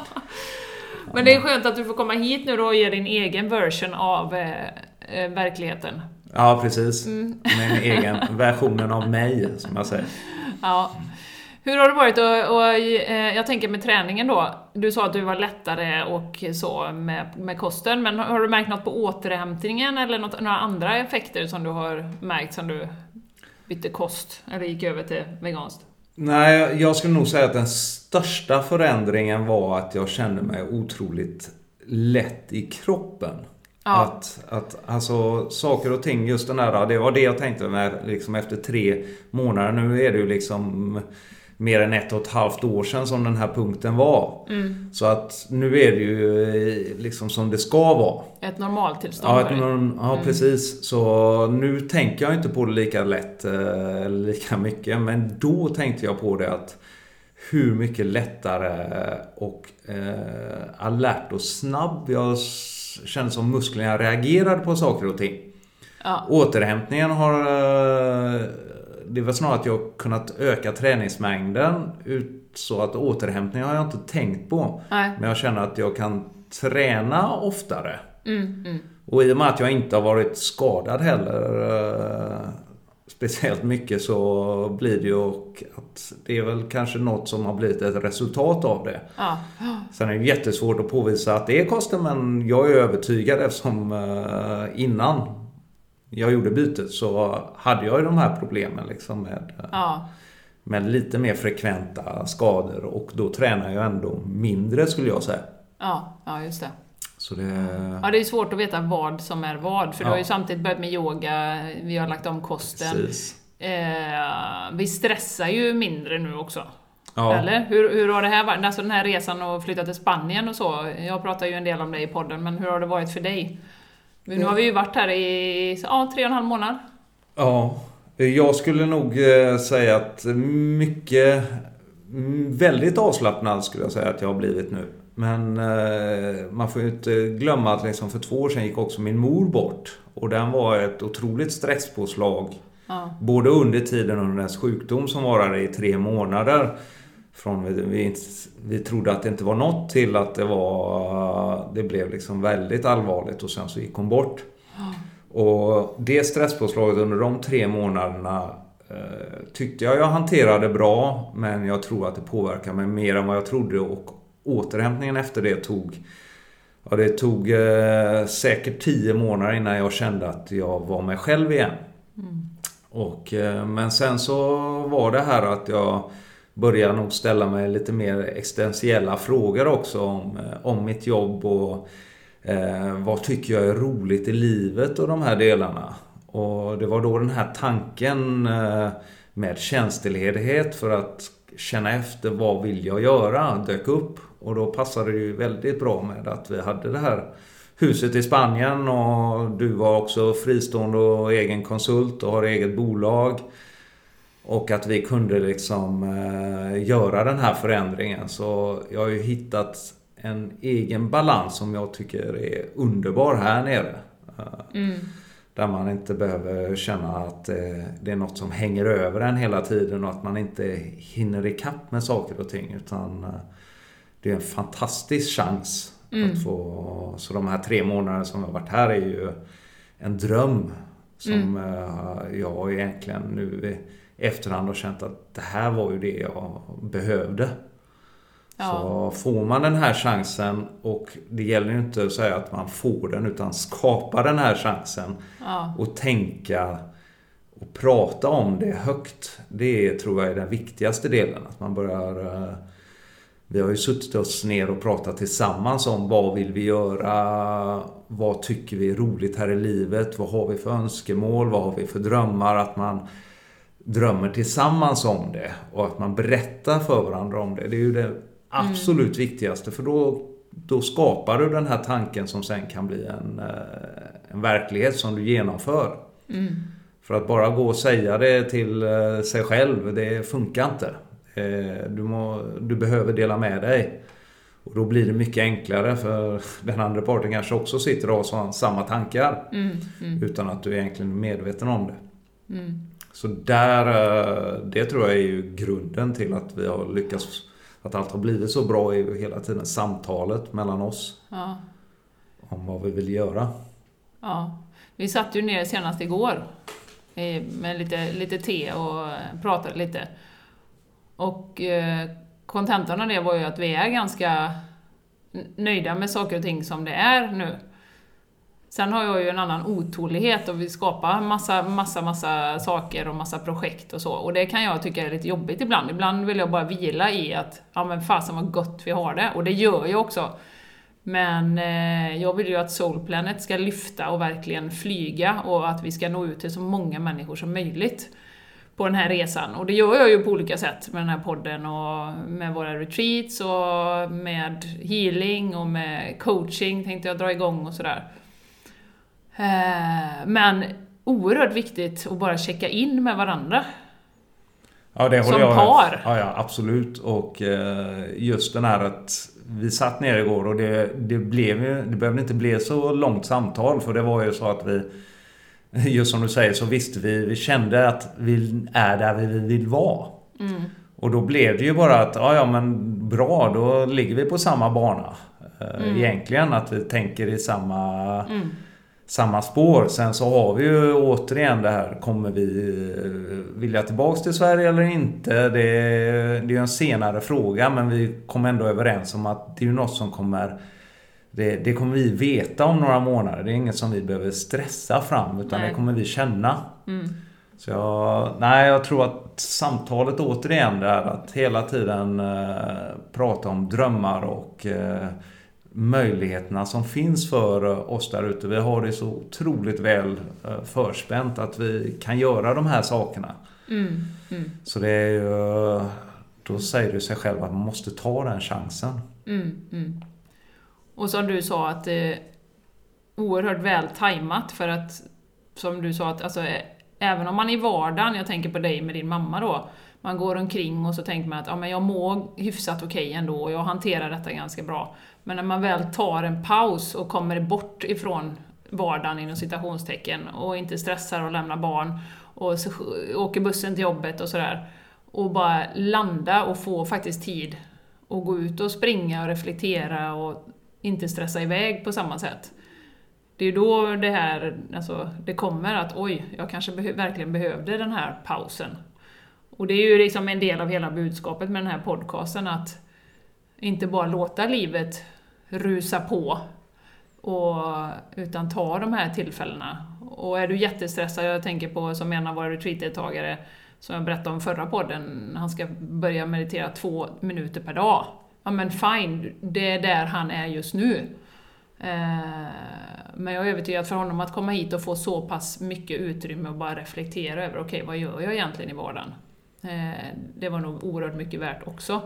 Men det är skönt att du får komma hit nu då och ge din egen version av eh, verkligheten. Ja, precis. Mm. Min egen versionen av mig, som jag säger. Ja. Hur har det varit? Och, och, eh, jag tänker med träningen då. Du sa att du var lättare och så med, med kosten. Men har du märkt något på återhämtningen eller något, några andra effekter som du har märkt som du bytte kost eller gick över till veganskt? Nej, jag skulle nog säga att den största förändringen var att jag kände mig otroligt lätt i kroppen. Ja. Att, att alltså saker och ting, just den där, det var det jag tänkte med liksom efter tre månader. Nu är det ju liksom mer än ett och ett halvt år sedan som den här punkten var. Mm. Så att nu är det ju liksom som det ska vara. Ett normaltillstånd. Ja, ett norm- ja mm. precis. Så nu tänker jag inte på det lika lätt eller lika mycket. Men då tänkte jag på det att hur mycket lättare och eh, alert och snabb jag kände som musklerna reagerade på saker och ting. Ja. Återhämtningen har... Eh, det var snarare att jag kunnat öka träningsmängden ut så att återhämtningen har jag inte tänkt på. Nej. Men jag känner att jag kan träna oftare. Mm, mm. Och i och med att jag inte har varit skadad heller eh, speciellt mycket så blir det ju att det är väl kanske något som har blivit ett resultat av det. Ja. Sen är det jättesvårt att påvisa att det är kosten, men jag är övertygad eftersom eh, innan jag gjorde bytet så hade jag ju de här problemen liksom med, ja. med lite mer frekventa skador och då tränar jag ändå mindre skulle jag säga. Ja, ja just det. Så det... Ja, det är svårt att veta vad som är vad. För ja. Du har ju samtidigt börjat med yoga, vi har lagt om kosten. Eh, vi stressar ju mindre nu också. Ja. Eller? Hur, hur har det här varit? Alltså den här resan och flytta till Spanien och så. Jag pratar ju en del om det i podden, men hur har det varit för dig? Nu har vi ju varit här i ja, tre och en halv månad. Ja, jag skulle nog säga att mycket, väldigt avslappnad skulle jag säga att jag har blivit nu. Men eh, man får ju inte glömma att liksom för två år sedan gick också min mor bort. Och den var ett otroligt stresspåslag. Ja. Både under tiden under hennes sjukdom som varade i tre månader. Från vi, vi, vi trodde att det inte var något till att det var det blev liksom väldigt allvarligt och sen så gick hon bort. Ja. Och det stresspåslaget under de tre månaderna eh, tyckte jag jag hanterade bra, men jag tror att det påverkar mig mer än vad jag trodde och återhämtningen efter det tog ja, det tog eh, säkert tio månader innan jag kände att jag var mig själv igen. Mm. Och, eh, men sen så var det här att jag började nog ställa mig lite mer existentiella frågor också om, om mitt jobb och eh, vad tycker jag är roligt i livet och de här delarna. Och det var då den här tanken eh, med tjänstledighet för att känna efter vad vill jag göra dök upp. Och då passade det ju väldigt bra med att vi hade det här huset i Spanien och du var också fristående och egen konsult och har eget bolag. Och att vi kunde liksom eh, göra den här förändringen. Så jag har ju hittat en egen balans som jag tycker är underbar här nere. Mm. Där man inte behöver känna att eh, det är något som hänger över en hela tiden och att man inte hinner ikapp med saker och ting. Utan eh, det är en fantastisk chans mm. att få... Så de här tre månaderna som jag har varit här är ju en dröm som mm. eh, jag egentligen nu... efterhand har känt att det här var ju det jag behövde. Ja. Så får man den här chansen, och det gäller ju inte att säga att man får den utan skapa den här chansen ja. Och tänka och prata om det högt. Det tror jag är den viktigaste delen. Att man börjar... Vi har ju suttit oss ner och pratat tillsammans om vad vill vi göra, vad tycker vi är roligt här i livet, vad har vi för önskemål, vad har vi för drömmar, att man drömmer tillsammans om det och att man berättar för varandra om det. Det är ju det absolut mm. viktigaste, för då, då skapar du den här tanken som sen kan bli en, en verklighet som du genomför. Mm. För att bara gå och säga det till sig själv, det funkar inte. Du, må, du behöver dela med dig. Och då blir det mycket enklare, för den andra parten kanske också sitter och har samma tankar mm. Mm. utan att du egentligen är medveten om det. Mm. Så där, det tror jag är ju grunden till att vi har lyckats, att allt har blivit så bra, i hela tiden samtalet mellan oss ja. Om vad vi vill göra. Ja, vi satt ju ner senast igår med lite, lite te och pratade lite. Och kontentan av det var ju att vi är ganska nöjda med saker och ting som det är nu. Sen har jag ju en annan otålighet och vill skapa massa, massa, massa saker och massa projekt och så. Och det kan jag tycka är lite jobbigt ibland. Ibland vill jag bara vila i att, ja men fasen vad gott vi har det. Och det gör jag också. Men eh, jag vill ju att Soul Planet ska lyfta och verkligen flyga. Och att vi ska nå ut till så många människor som möjligt. på den här resan. Och det gör jag ju på olika sätt med den här podden och med våra retreats och med healing och med coaching tänkte jag dra igång och sådär. Men oerhört viktigt att bara checka in med varandra. Ja, det håller som jag. par. Ja, ja, absolut. Och just den här att vi satt ner igår och det, det blev ju, det behövde inte bli så långt samtal, för det var ju så att vi, just som du säger, så visste vi, vi kände att vi är där vi vill vara. Mm. Och då blev det ju bara att, ja, ja men bra, då ligger vi på samma bana. Mm. Egentligen att vi tänker i samma... Mm. samma spår. Sen så har vi ju återigen det här, kommer vi vilja tillbaka till Sverige eller inte? Det, det är ju en senare fråga, men vi kommer ändå överens om att det är ju något som kommer, det, det kommer vi veta om några månader. Det är inget som vi behöver stressa fram, utan nej, det kommer vi känna. Mm. Så jag, nej, jag tror att samtalet återigen är att hela tiden eh, prata om drömmar och eh, möjligheterna som finns för oss där ute. Vi har det så otroligt väl förspänt att vi kan göra de här sakerna. Mm, mm. Så det är ju, då säger det sig själv att man måste ta den chansen. Mm, mm. Och som du sa att det är oerhört väl tajmat, för att som du sa att alltså, även om man i vardagen, jag tänker på dig med din mamma då, man går omkring och så tänker man att ja, men jag mår hyfsat okej ändå och jag hanterar detta ganska bra. Men när man väl tar en paus och kommer bort ifrån vardagen inom citationstecken och inte stressar och lämnar barn och så åker bussen till jobbet och sådär, och bara landa och få faktiskt tid och gå ut och springa och reflektera och inte stressa iväg på samma sätt. Det är då det här, alltså, det kommer att oj, jag kanske behö- verkligen behövde den här pausen. Och det är ju liksom en del av hela budskapet med den här podcasten, att inte bara låta livet rusa på, och, utan ta de här tillfällena. Och är du jättestressad, jag tänker på som en av våra retreat-deltagare som jag berättade om förra podden, han ska börja meditera två minuter per dag. Ja men fine, det är där han är just nu. Eh, men jag är övertygad för honom att komma hit och få så pass mycket utrymme och bara reflektera över, okej, okay, vad gör jag egentligen i vardagen? Eh, det var nog oerhört mycket värt också.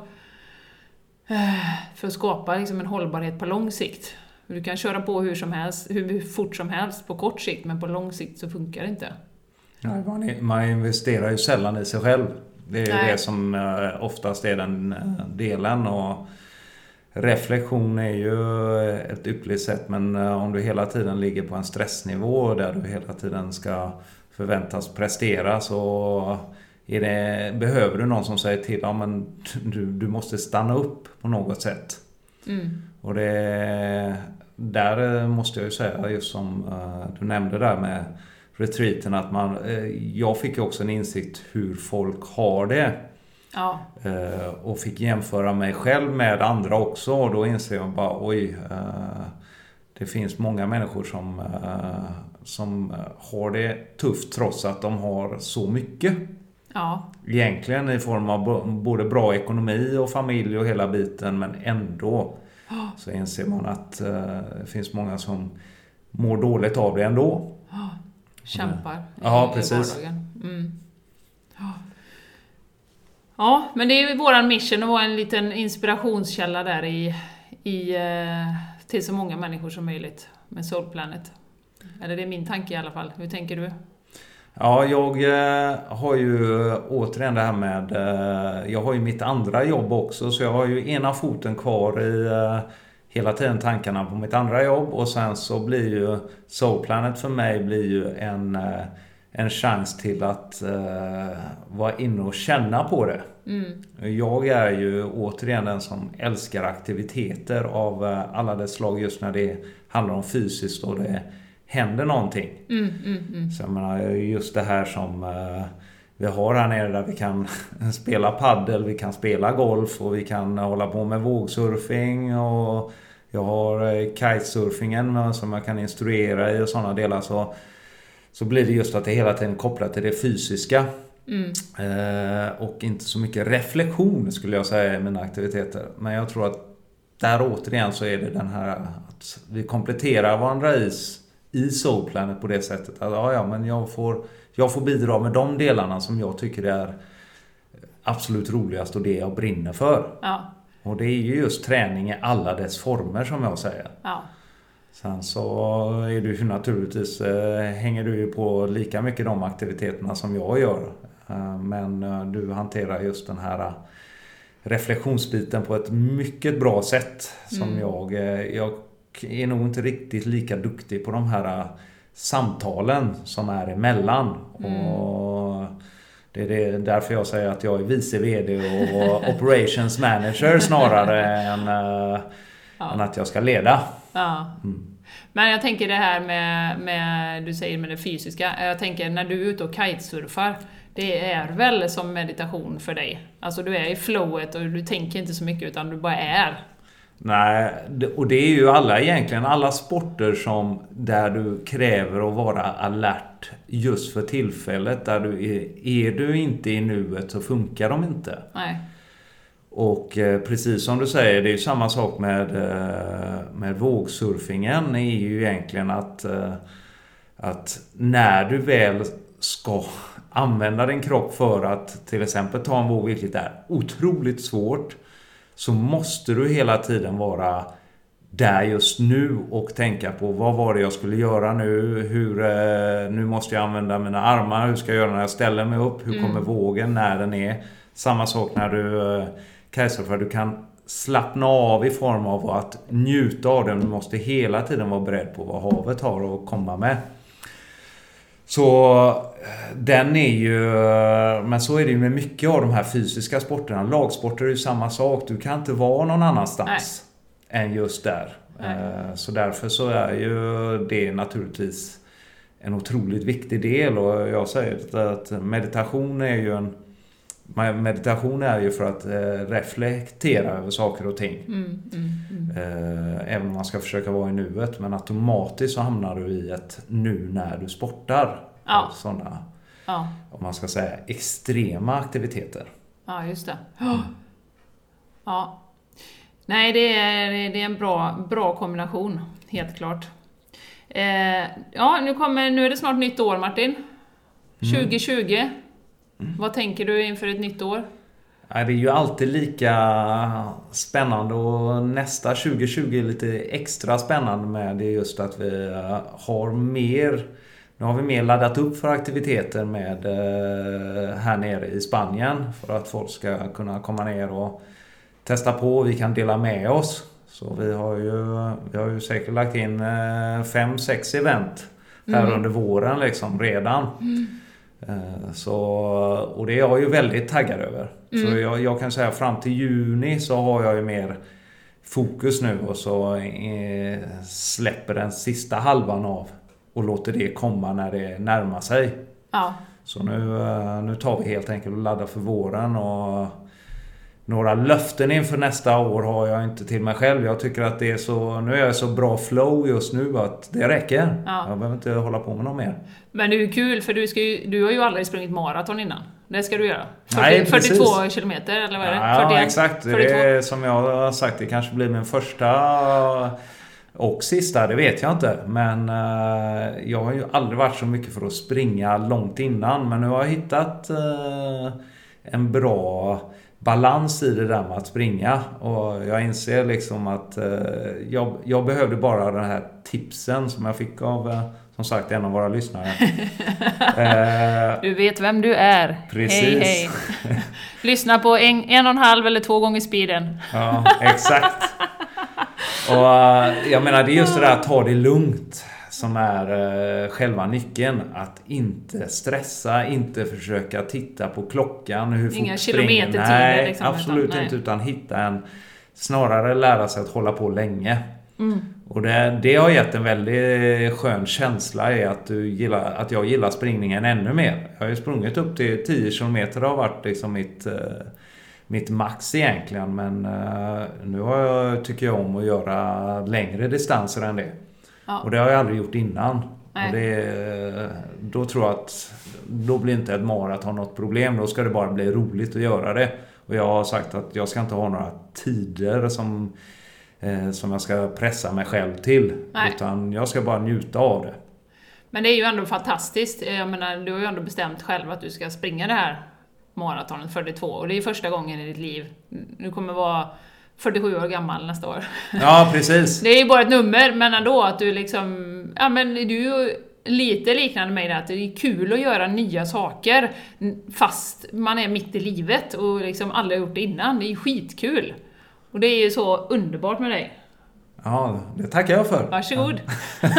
För att skapa liksom en hållbarhet på lång sikt. Du kan köra på hur som helst, hur fort som helst på kort sikt, men på lång sikt så funkar det inte. Ja, man investerar ju sällan i sig själv. Det är Nej. det som oftast är den delen, och reflektion är ju ett ypperligt sätt, men om du hela tiden ligger på en stressnivå där du hela tiden ska förväntas prestera, så är det, behöver du någon som säger till, ja, men du, du måste stanna upp på något sätt. Mm. Och det, där måste jag ju säga, just som uh, du nämnde där med retreaten, att man, uh, jag fick ju också en insikt hur folk har det. Ja. Uh, och fick jämföra mig själv med andra också, och då inser jag bara, oj, uh, det finns många människor som, uh, som har det tufft trots att de har så mycket. Ja. Egentligen i form av både bra ekonomi och familj och hela biten, men ändå oh. så inser man att uh, det finns många som mår dåligt av det ändå. Oh. Kämpar i, ja, i precis. vardagen. Mm. Oh. Ja, men det är ju våran mission att vara en liten inspirationskälla där i, i, uh, till så många människor som möjligt med Soul Planet. Eller det är min tanke i alla fall. Hur tänker du? Ja, jag eh, har ju återigen det här med, eh, jag har ju mitt andra jobb också, så jag har ju ena foten kvar i eh, hela tiden tankarna på mitt andra jobb, och sen så blir ju Soul Planet för mig blir ju en, eh, en chans till att eh, vara inne och känna på det. Mm. Jag är ju återigen den som älskar aktiviteter av eh, alla dess slag, just när det handlar om fysiskt och det händer någonting. Mm, mm, mm. Så jag menar, just det här som uh, vi har här nere, där vi kan spela paddel, vi kan spela golf och vi kan hålla på med vågsurfing, och jag har uh, kitesurfingen som jag kan instruera i och sådana delar, så, så blir det just att det hela tiden kopplat till det fysiska. Mm. Uh, och inte så mycket reflektion skulle jag säga i mina aktiviteter. Men jag tror att där återigen så är det den här att vi kompletterar varandra i i Soul Planet på det sättet. Att, ja, ja, men jag får, jag får bidra med de delarna som jag tycker är absolut roligast och det jag brinner för. Ja. Och det är ju just träning i alla dess former som jag säger. Ja. Sen så är du ju naturligtvis, eh, hänger du ju på lika mycket de aktiviteterna som jag gör. Eh, men eh, du hanterar just den här eh, reflektionsbiten på ett mycket bra sätt. Som Mm. jag, eh, jag är nog inte riktigt lika duktig på de här eh, samtalen som är emellan. Mm. Och det är det, därför jag säger att jag är vice vd och operations manager snarare än, eh, Ja. än att jag ska leda. Ja. Mm. Men jag tänker det här med, med, du säger med det fysiska, jag tänker när du är ute och kitesurfar, det är väl som meditation för dig? Alltså du är i flowet och du tänker inte så mycket utan du bara är. Nej, och det är ju alla egentligen, alla sporter som där du kräver att vara alert just för tillfället, där du är, är du inte i nuet så funkar de inte. Nej. Och eh, precis som du säger, det är ju samma sak med, eh, med vågsurfingen är ju egentligen att, eh, att när du väl ska använda din kropp för att till exempel ta en våg, vilket är otroligt svårt, så måste du hela tiden vara där just nu och tänka på vad var det jag skulle göra nu, hur, eh, nu måste jag använda mina armar, hur ska jag göra när jag ställer mig upp, hur kommer Mm. vågen, när den är. Samma sak när du eh, kitesurfar, du kan slappna av i form av att njuta av den, du måste hela tiden vara beredd på vad havet har att komma med. Så den är ju, men så är det ju med mycket av de här fysiska sporterna. Lagsporter är ju samma sak, du kan inte vara någon annanstans Nej. än just där. Nej. Så därför så är ju det naturligtvis en otroligt viktig del, och jag säger att meditation är ju en meditation är ju för att reflektera över saker och ting. Mm, mm, mm. Även om man ska försöka vara i nuet, men automatiskt så hamnar du i ett nu när du sportar. Ja. Sådana, ja. om man ska säga, extrema aktiviteter. Ja, just det. Mm. Ja. Nej, det är, det är en bra, bra kombination, helt klart. Eh, ja, nu, kommer, nu är det snart nytt år, Martin. tjugo tjugo. Mm. Vad tänker du inför ett nytt år? Det är ju alltid lika spännande, och nästa tjugo tjugo är lite extra spännande med det, just att vi har mer, nu har vi mer laddat upp för aktiviteter med här nere i Spanien för att folk ska kunna komma ner och testa på, vi kan dela med oss. Så vi har ju, vi har ju säkert lagt in fem, sex event här mm. under våren liksom redan. Mm. Så, och det är jag ju väldigt taggad över. Mm. Så jag, jag kan säga fram till juni så har jag ju mer fokus nu, och så eh, släpper den sista halvan av och låter det komma när det närmar sig. Ja. Så nu, nu tar vi helt enkelt och laddar för våren, och några löften inför nästa år har jag inte till mig själv. Jag tycker att det är så, nu är jag så bra flow just nu att det räcker. Ja. Jag behöver inte hålla på med något mer. Men det är ju kul, för du, ska ju, du har ju aldrig sprungit maraton innan. Det ska du göra. fyrtio, Nej, fyrtiotvå kilometer, eller vad är det? Ja, fyrtioett, exakt. fyrtiotvå. Det är, som jag har sagt, det kanske blir min första och sista, det vet jag inte. Men uh, jag har ju aldrig varit så mycket för att springa långt innan. Men nu har jag hittat uh, en bra balans i det där med att springa, och jag inser liksom att uh, jag, jag behövde bara den här tipsen som jag fick av uh, som sagt en av våra lyssnare. uh, du vet vem du är. Precis. Hej, hej. Lyssna på en, en och en halv eller två gånger speeden. Ja, exakt. Och uh, jag menar, det är just det där att ta det lugnt som är uh, själva nyckeln. Att inte stressa, inte försöka titta på klockan, hur Inga fort springer. Nej, liksom, absolut utan, inte, nej. utan hitta en, snarare lära sig att hålla på länge. Mm. Och det, det har gett en väldigt skön känsla i att, du gillar, att jag gillar springningen ännu mer. Jag har ju sprungit upp till tio kilometer, det har varit liksom mitt, uh, mitt max egentligen. Men uh, nu har jag, tycker jag om att göra längre distanser än det. Ja. Och det har jag aldrig gjort innan. Och det, då tror jag att då blir inte ett maraton något problem. Då ska det bara bli roligt att göra det. Och jag har sagt att jag ska inte ha några tider som eh, som jag ska pressa mig själv till. Nej. Utan jag ska bara njuta av det. Men det är ju ändå fantastiskt. Jag menar, du har ju ändå bestämt själv att du ska springa det här maratonet fyrtiotvå. Och det är första gången i ditt liv. Du kommer vara fyrtiosju år gammal nästa år. Ja, precis. Det är ju bara ett nummer, men ändå att du liksom... Ja, men du är ju lite liknande mig där, att det är kul att göra nya saker fast man är mitt i livet och liksom aldrig gjort det innan. Det är ju skitkul. Och det är ju så underbart med dig. Ja, det tackar jag för. Varsågod. Ja.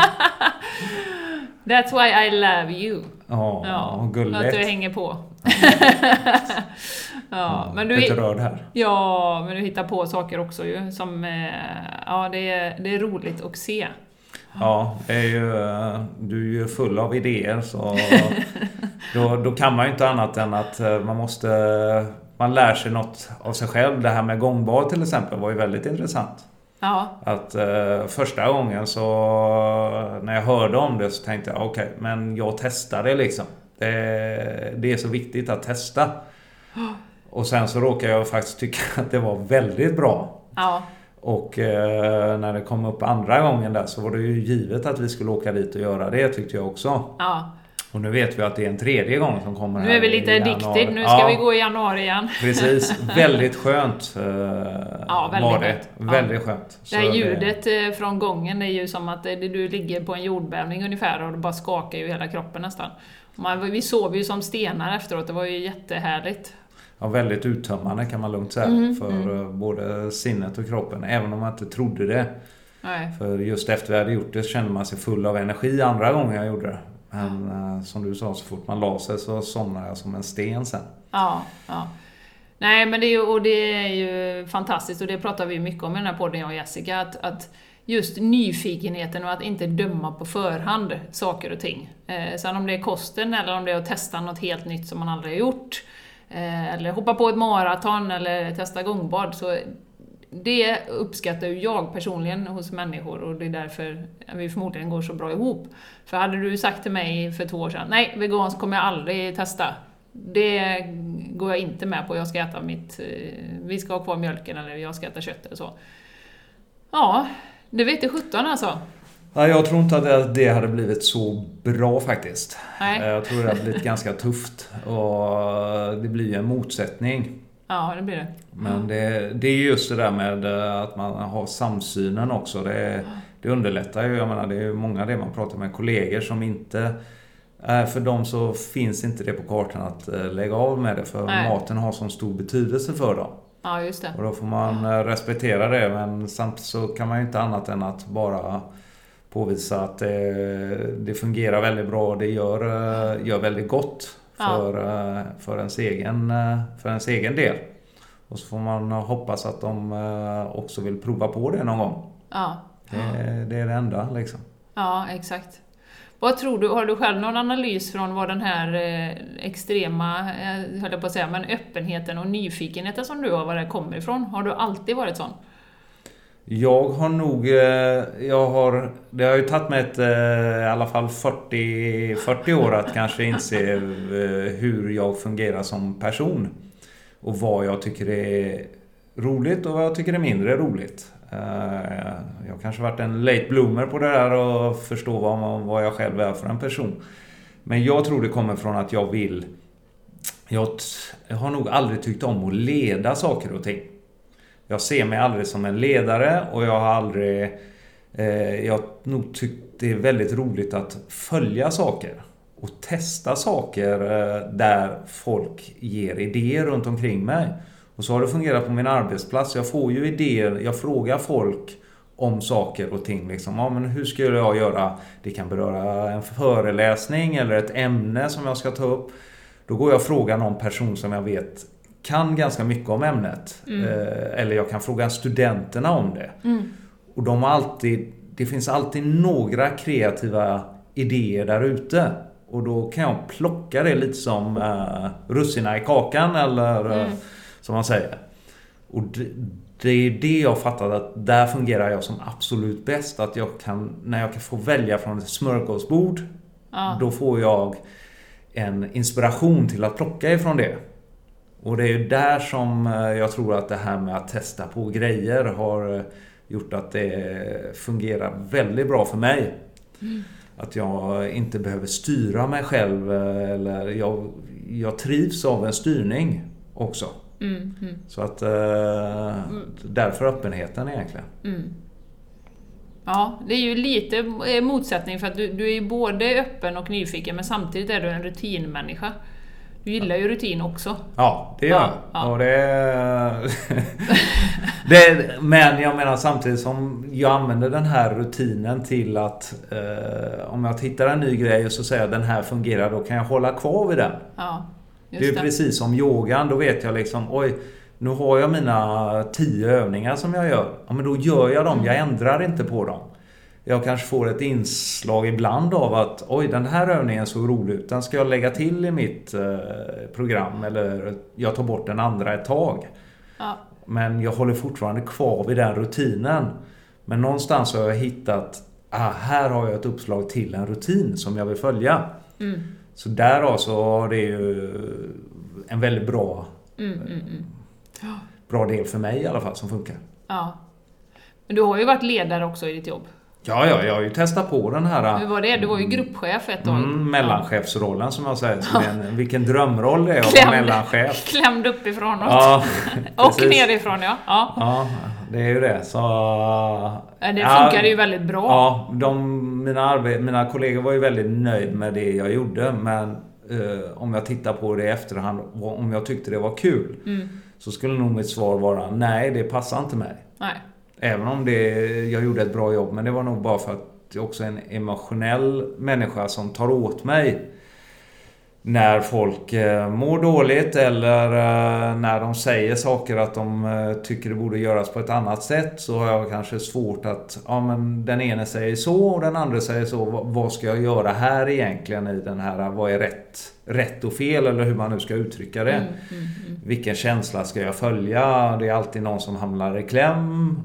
That's why I love you. Oh, ja, gulligt. Att du hänger på. ja, ja, men du lite rörd här. Ja, men du hittar på saker också ju som ja, det är det är roligt att se. Ja, det är ju, du är ju full av idéer så då, då kan man ju inte annat än att man måste man lär sig något av sig själv. Det här med gångbad till exempel var ju väldigt intressant. Ja. Att eh, första gången så när jag hörde om det så tänkte jag okej, okay, men jag testar det liksom. Det, det är så viktigt att testa. Och sen så råkade jag faktiskt tycka att det var väldigt bra. Ja. Och eh, när det kom upp andra gången där så var det ju givet att vi skulle åka dit och göra det, tyckte jag också. Ja. Och nu vet vi att det är en tredje gång som kommer här. Nu är vi lite addicted, nu ska ja, vi gå i januari igen. Precis, väldigt skönt eh, ja, väldigt var det. Skönt. Väldigt ja. skönt. Det här ljudet det... från gången är ju som att du ligger på en jordbävning ungefär och det bara skakar ju hela kroppen nästan. Man, vi sov ju som stenar efteråt, det var ju jättehärligt. Ja, väldigt uttömmande kan man lugnt säga mm, för mm. både sinnet och kroppen, även om man inte trodde det. Nej. För just efter vi hade gjort det så kände man sig full av energi andra gången jag gjorde det. Men uh, som du sa, så fort man la sig så somnade jag som en sten sen. Ja, ja. Nej, men det är ju, och det är ju fantastiskt och det pratar vi mycket om i den här podden, jag och Jessica, att, att just nyfikenheten och att inte döma på förhand saker och ting. Eh, sen om det är kosten eller om det är att testa något helt nytt som man aldrig har gjort. Eller hoppa på ett maraton eller testa gångbad, så det uppskattar ju jag personligen hos människor och det är därför vi förmodligen går så bra ihop. För hade du sagt till mig för två år sedan, nej, vegan så kommer jag aldrig testa. Det går jag inte med på, jag ska äta mitt, vi ska ha kvar mjölken eller jag ska äta kött eller så. Ja, det vet jag sjutton alltså. Nej, jag tror inte att det hade blivit så bra faktiskt. Nej. Jag tror det hade blivit ganska tufft och det blir en motsättning. Ja, det blir det. Men det, det är just det där med att man har samsynen också. Det, det underlättar ju. Jag menar, det är många det man pratar med kollegor som inte... För dem så finns inte det på kartan att lägga av med det. För Nej. Maten har så stor betydelse för dem. Ja, just det. Och då får man respektera det. Men samtidigt så kan man ju inte annat än att bara... påvisa att det, det fungerar väldigt bra, det gör, gör väldigt gott för, ja. för, ens egen, för ens egen del. Och så får man hoppas att de också vill prova på det någon gång. Ja. Det, det är det enda liksom. Ja, exakt. Vad tror du, har du själv någon analys från vad den här extrema, höll jag på att säga, men öppenheten och nyfikenheten som du har, var det kommer ifrån? Har du alltid varit sån? Jag har nog, jag har, det har ju tagit mig ett, i alla fall fyrtio, fyrtio år att kanske inse hur jag fungerar som person. Och vad jag tycker är roligt och vad jag tycker är mindre roligt. Jag har kanske varit en late bloomer på det här och förstå vad, man, vad jag själv är för en person. Men jag tror det kommer från att jag vill, jag, jag har nog aldrig tyckt om att leda saker och ting. Jag ser mig aldrig som en ledare och jag har aldrig... Eh, jag har nog tyckt det är väldigt roligt att följa saker. Och testa saker eh, där folk ger idéer runt omkring mig. Och så har det fungerat på min arbetsplats. Jag får ju idéer, jag frågar folk om saker och ting. Liksom. Ja, men hur skulle jag göra? Det kan beröra en föreläsning eller ett ämne som jag ska ta upp. Då går jag och frågar någon person som jag vet... kan ganska mycket om ämnet. Mm. Eh, eller jag kan fråga studenterna om det. Mm. Och de har alltid, det finns alltid några kreativa idéer där ute. Och då kan jag plocka det lite som eh, russina i kakan eller mm. eh, som man säger. Och det, det är det jag fattat att där fungerar jag som absolut bäst. Att jag kan, när jag kan få välja från ett smörgåsbord, ja. Då får jag en inspiration till att plocka ifrån det. Och det är ju där som jag tror att det här med att testa på grejer har gjort att det fungerar väldigt bra för mig. Mm. Att jag inte behöver styra mig själv, eller jag, jag trivs av en styrning också. Mm, mm. Så att eh, därför öppenheten egentligen. Mm. Ja, det är ju lite motsättning, för att du, du är ju både öppen och nyfiken, men samtidigt är du en rutinmänniska. Du gillar ju rutin också. Ja, det gör jag. Ja, ja. Och det, det, men jag menar samtidigt som jag använder den här rutinen till att eh, om jag hittar en ny grej och så säger jag den här fungerar, då kan jag hålla kvar vid den. Ja, just det är det. Precis som yogan, då vet jag liksom, oj, nu har jag mina tio övningar som jag gör. Ja, men då gör jag dem, jag ändrar inte på dem. Jag kanske får ett inslag ibland av att oj, den här övningen såg rolig ut. Den ska jag lägga till i mitt eh, program, eller jag tar bort den andra ett tag. Ja. Men jag håller fortfarande kvar vid den rutinen. Men någonstans har jag hittat, ah, här har jag ett uppslag till en rutin som jag vill följa. Mm. Så därav så har det ju en väldigt bra, mm, mm, mm. Ja. bra del för mig i alla fall som funkar. Ja. Men du har ju varit ledare också i ditt jobb. Ja, ja, jag har ju testat på den här... Hur var det? Du var ju gruppchef ett år. Mm, mellanchefsrollen som jag säger. Så en, vilken drömroll det är att vara mellanchef. Klämd uppifrån också. Ja, och nerifrån, ja. ja. Ja, det är ju det. Så, det funkar ja, ju väldigt bra. Ja, de, mina, arbe- mina kollegor var ju väldigt nöjd med det jag gjorde. Men eh, om jag tittar på det i efterhand, om jag tyckte det var kul, mm. så skulle nog mitt svar vara nej, det passar inte mig. Nej. Även om det, jag gjorde ett bra jobb, men det var nog bara för att jag också är en emotionell människa som tar åt mig när folk eh, mår dåligt, eller eh, när de säger saker att de eh, tycker det borde göras på ett annat sätt, så har jag kanske svårt att, ja men den ene säger så och den andra säger så, vad, vad ska jag göra här egentligen i den här, vad är rätt, rätt och fel, eller hur man nu ska uttrycka det. Mm, mm, mm. Vilken känsla ska jag följa? Det är alltid någon som hamnar i kläm.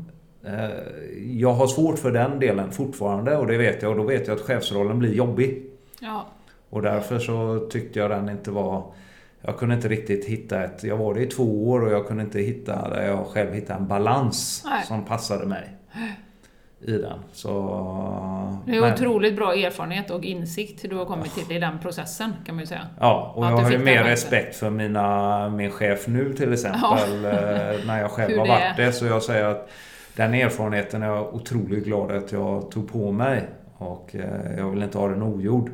Jag har svårt för den delen fortfarande, och det vet jag, och då vet jag att chefsrollen blir jobbig. Ja. Och därför så tyckte jag den inte var, jag kunde inte riktigt hitta ett, jag var det i två år och jag kunde inte hitta, där jag själv hittade en balans Nej. som passade mig i den. Så, det är men, otroligt bra erfarenhet och insikt du har kommit till i den processen, kan man ju säga. Ja, och att jag har ju mer respekt för mina, min chef nu till exempel, ja. när jag själv har varit det, så jag säger att den erfarenheten är jag otroligt glad att jag tog på mig, och jag vill inte ha den ogjord.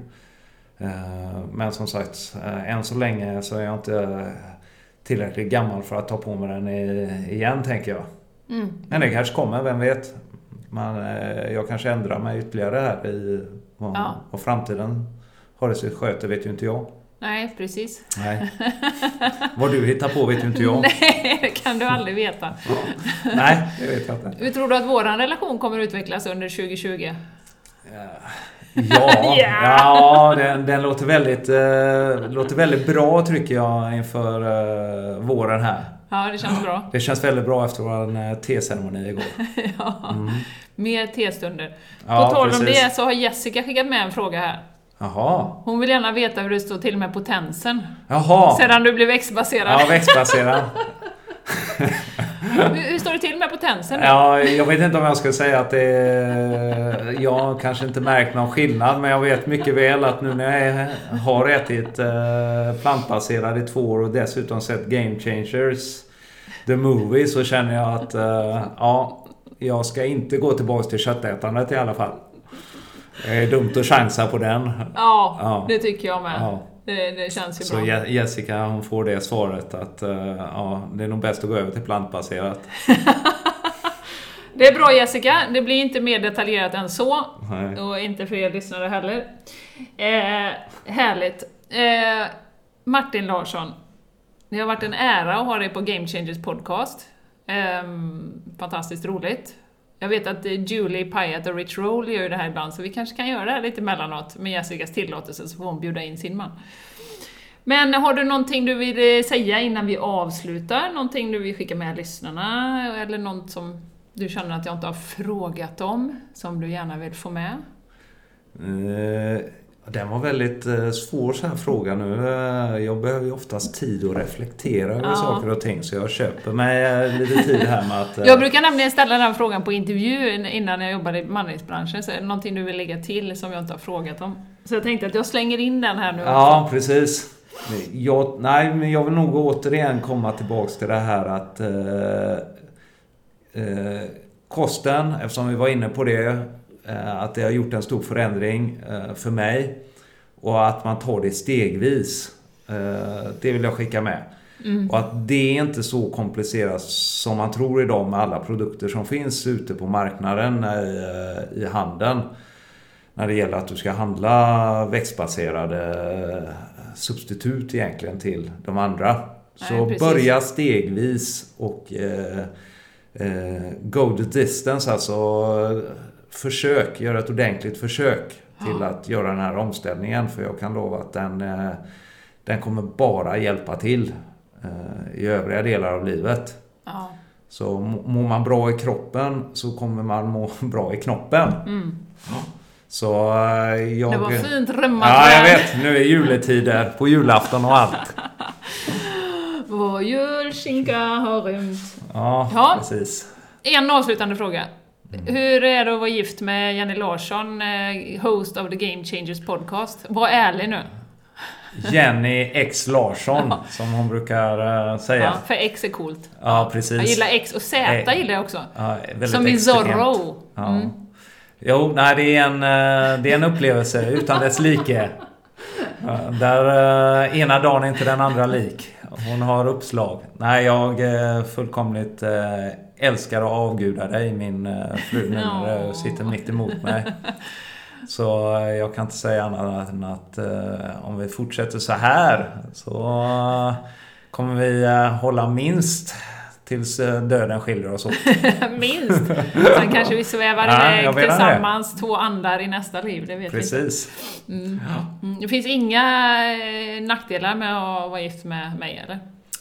Men som sagt, än så länge så är jag inte tillräckligt gammal för att ta på mig den igen, tänker jag. Mm. Men det kanske kommer, vem vet. Men jag kanske ändrar mig ytterligare här i vad, ja. vad framtiden har det sig sköter, vet ju inte jag. Nej, precis. Nej. Vad du hittar på vet ju inte jag. Nej, det kan du aldrig veta. Ja. Nej, det vet jag inte. Hur tror du att vår relation kommer att utvecklas under tjugo tjugo? Ja, ja, yeah. ja den, den låter, väldigt, uh, låter väldigt bra, tycker jag, inför uh, våren här. Ja, det känns bra. Det känns väldigt bra efter vår te-ceremoni igår. Ja, mm. Mer testunder. Ja, på tal om det så har Jessica skickat med en fråga här. Jaha. Hon vill gärna veta hur det står till med potensen. Jaha. Sedan du blev växtbaserad. Ja, växtbaserad. hur, hur står det till med potensen? Ja, jag vet inte om jag ska säga att det är, jag kanske inte märkt någon skillnad, men jag vet mycket väl att nu när jag har ätit plantbaserad i två år och dessutom sett Game Changers The Movie, så känner jag att ja, jag ska inte gå tillbaka till köttätandet i alla fall. Det är dumt att chansa på den. Ja, ja. Det tycker jag med. Ja. Det, det känns ju så bra. Så Jessica, hon får det svaret att uh, ja, det är nog bäst att gå över till plantbaserat. Det är bra, Jessica. Det blir inte mer detaljerat än så. Nej. Och inte för er lyssnare heller. Eh, härligt. Eh, Martin Larsson. Det har varit en ära att ha dig på Game Changers podcast. Eh, fantastiskt roligt. Jag vet att Julie Pyatt och Rich Roll gör det här ibland, så vi kanske kan göra det här lite mellanåt med Jessicas tillåtelse, så får hon bjuda in sin man. Men har du någonting du vill säga innan vi avslutar? Någonting du vill skicka med lyssnarna? Eller något som du känner att jag inte har frågat om, som du gärna vill få med? Uh, Den var väldigt eh, svår så här fråga nu. Jag behöver ju oftast tid att reflektera över ja. saker och ting, så jag köper mig lite tid här med att... Eh... Jag brukar nämligen ställa den frågan på intervju innan jag jobbade i bemanningsbranschen. Så är det någonting du vill lägga till som jag inte har frågat om? Så jag tänkte att jag slänger in den här nu också. Ja, precis. Jag, nej, men jag vill nog återigen komma tillbaka till det här att eh, eh, kosten, eftersom vi var inne på det, att det har gjort en stor förändring för mig och att man tar det stegvis. Det vill jag skicka med. Mm. Och att det är inte så komplicerat som man tror idag med alla produkter som finns ute på marknaden i handeln. När det gäller att du ska handla växtbaserade substitut egentligen till de andra. Så Nej, börja stegvis och eh, eh, go the distance, alltså försök, göra ett ordentligt försök till ja. att göra den här omställningen, för jag kan lova att den, eh, den kommer bara hjälpa till eh, i övriga delar av livet. Ja. Så mår man bra i kroppen så kommer man må bra i knoppen. Mm. Ja. Så jag... Det var fint römmat. Ja, jag vet. Nu är juletider på julafton och allt. Vår julskinka har rymt. Ja, ja, precis. En avslutande fråga. Mm. Hur är det att vara gift med Jenny Larsson, host of the Game Changers podcast? Var ärlig nu. Jenny X Larsson, ja. som hon brukar säga. Ja, för X är coolt. Ja, precis. Jag gillar X och Z Ä- gillar jag också. Ja, som i Zorro. Ja. Mm. Jo, nej, det är en, det är en upplevelse utan dess like. Där ena dagen är inte den andra lik. Hon har uppslag. Nej, jag fullkomligt älskar och avgudar dig, min fru, nu när du sitter mitt emot mig. Så jag kan inte säga annat än att om vi fortsätter så här så kommer vi hålla minst tills döden skiljer oss åt. Minst. Sen kanske vi svävar ja, iväg tillsammans det. Två andar i nästa liv, det vet Precis. vi inte. Mm. Mm. Det finns inga nackdelar med att vara gift med mig, eller?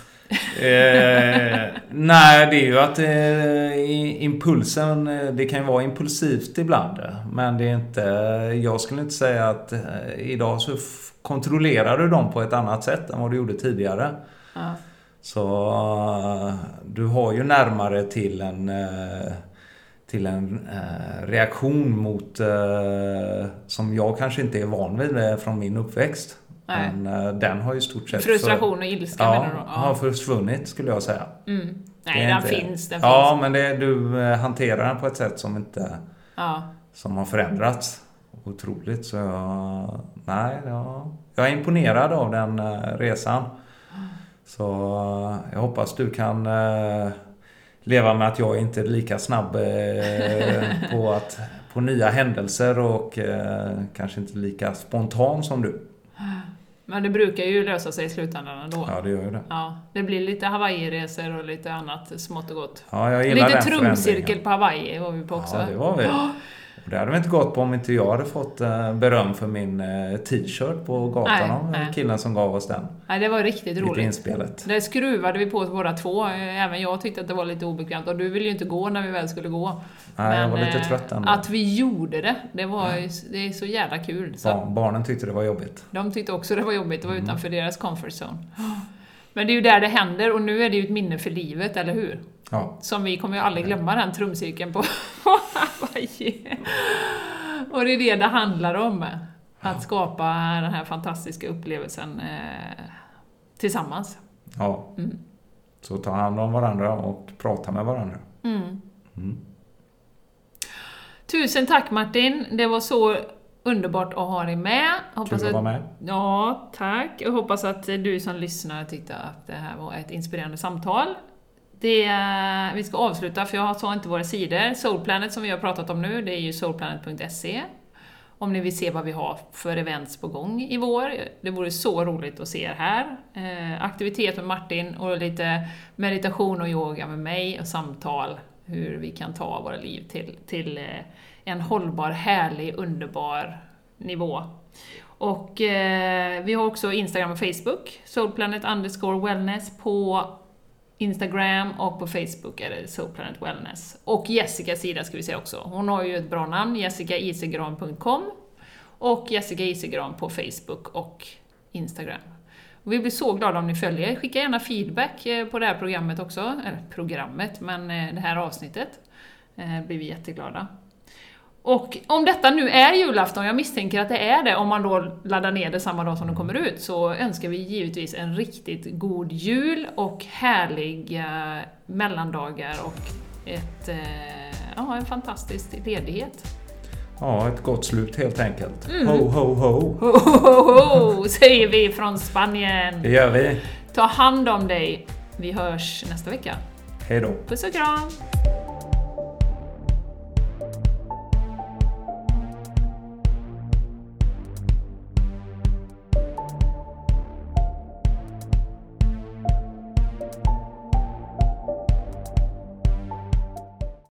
eh, nej, det är ju att eh, impulsen, det kan ju vara impulsivt ibland, men det är inte, jag skulle inte säga att eh, idag så f- kontrollerar du dem på ett annat sätt än vad du gjorde tidigare. Ja. Så uh, du har ju närmare till en uh, till en uh, reaktion mot uh, som jag kanske inte är van vid uh, från min uppväxt. Nej. Men uh, den har ju stort sett frustration och ilska, ja, menar du? Ja, har försvunnit, skulle jag säga. Mm. Nej, den inte, finns, den ja, finns. men det, du uh, hanterar den på ett sätt som inte ja. som har förändrats otroligt, så jag, nej, ja, jag är imponerad av den uh, resan. Så jag hoppas du kan eh, leva med att jag inte är lika snabb eh, på, att, på nya händelser och eh, kanske inte lika spontan som du. Men det brukar ju lösa sig i slutändan ändå. Ja, det gör ju det. Ja, det blir lite Hawaii-resor och lite annat smått och gott. Ja, jag gillar lite den trumcirkel på Hawaii var vi på också. Ja, det var vi. Och det hade vi inte gått på om inte jag hade fått eh, beröm för min eh, t-shirt på gatan av nej, nej. killen som gav oss den. Nej, det var riktigt roligt. Lite inspelet. Det skruvade vi på oss båda två. Även jag tyckte att det var lite obekvämt. Och du ville ju inte gå när vi väl skulle gå. Nej, men jag var lite trött ändå. Att vi gjorde det, det var ja. det är så jävla kul. Så. Barn, barnen tyckte det var jobbigt. De tyckte också det var jobbigt. Det var mm. utanför deras comfort zone. Men det är ju där det händer. Och nu är det ju ett minne för livet, eller hur? Ja. Som vi kommer ju aldrig glömma, den trumcirkeln på Hawaii. Och det är det det handlar om. Att skapa den här fantastiska upplevelsen eh, tillsammans. Ja. Mm. Så ta hand om varandra och prata med varandra. Mm. Mm. Tusen tack, Martin. Det var så underbart att ha dig med. Hoppas Kul att vara med. Ja, tack. Jag hoppas att du som lyssnar tyckte att det här var ett inspirerande samtal. Det, vi ska avsluta, för jag sa inte våra sidor. Soulplanet som vi har pratat om nu, det är ju soulplanet punkt se. Om ni vill se vad vi har för events på gång i vår. Det vore så roligt att se er här. Eh, aktivitet med Martin och lite meditation och yoga med mig och samtal. Hur vi kan ta våra liv till, till eh, en hållbar, härlig, underbar nivå. Och eh, vi har också Instagram och Facebook. Soulplanet underscore wellness på Instagram, och på Facebook är det Soulplanet Wellness. Och Jessicas sida ska vi säga också. Hon har ju ett bra namn, jessica isegran punkt com. och Jessica Isegran på Facebook och Instagram. Och vi blir så glada om ni följer. Skicka gärna feedback på det här programmet också. Eller programmet, men det här avsnittet. Eh, blir vi jätteglada. Och om detta nu är julafton, jag misstänker att det är det, om man då laddar ner det samma dag som det kommer ut, så önskar vi givetvis en riktigt god jul och härliga mellandagar och ett, eh, ja, en fantastisk ledighet. Ja, ett gott slut helt enkelt. Mm. Ho, ho, ho. Ho, ho, ho, säger vi från Spanien. Det gör vi. Ta hand om dig. Vi hörs nästa vecka. Hej då. Puss och kram.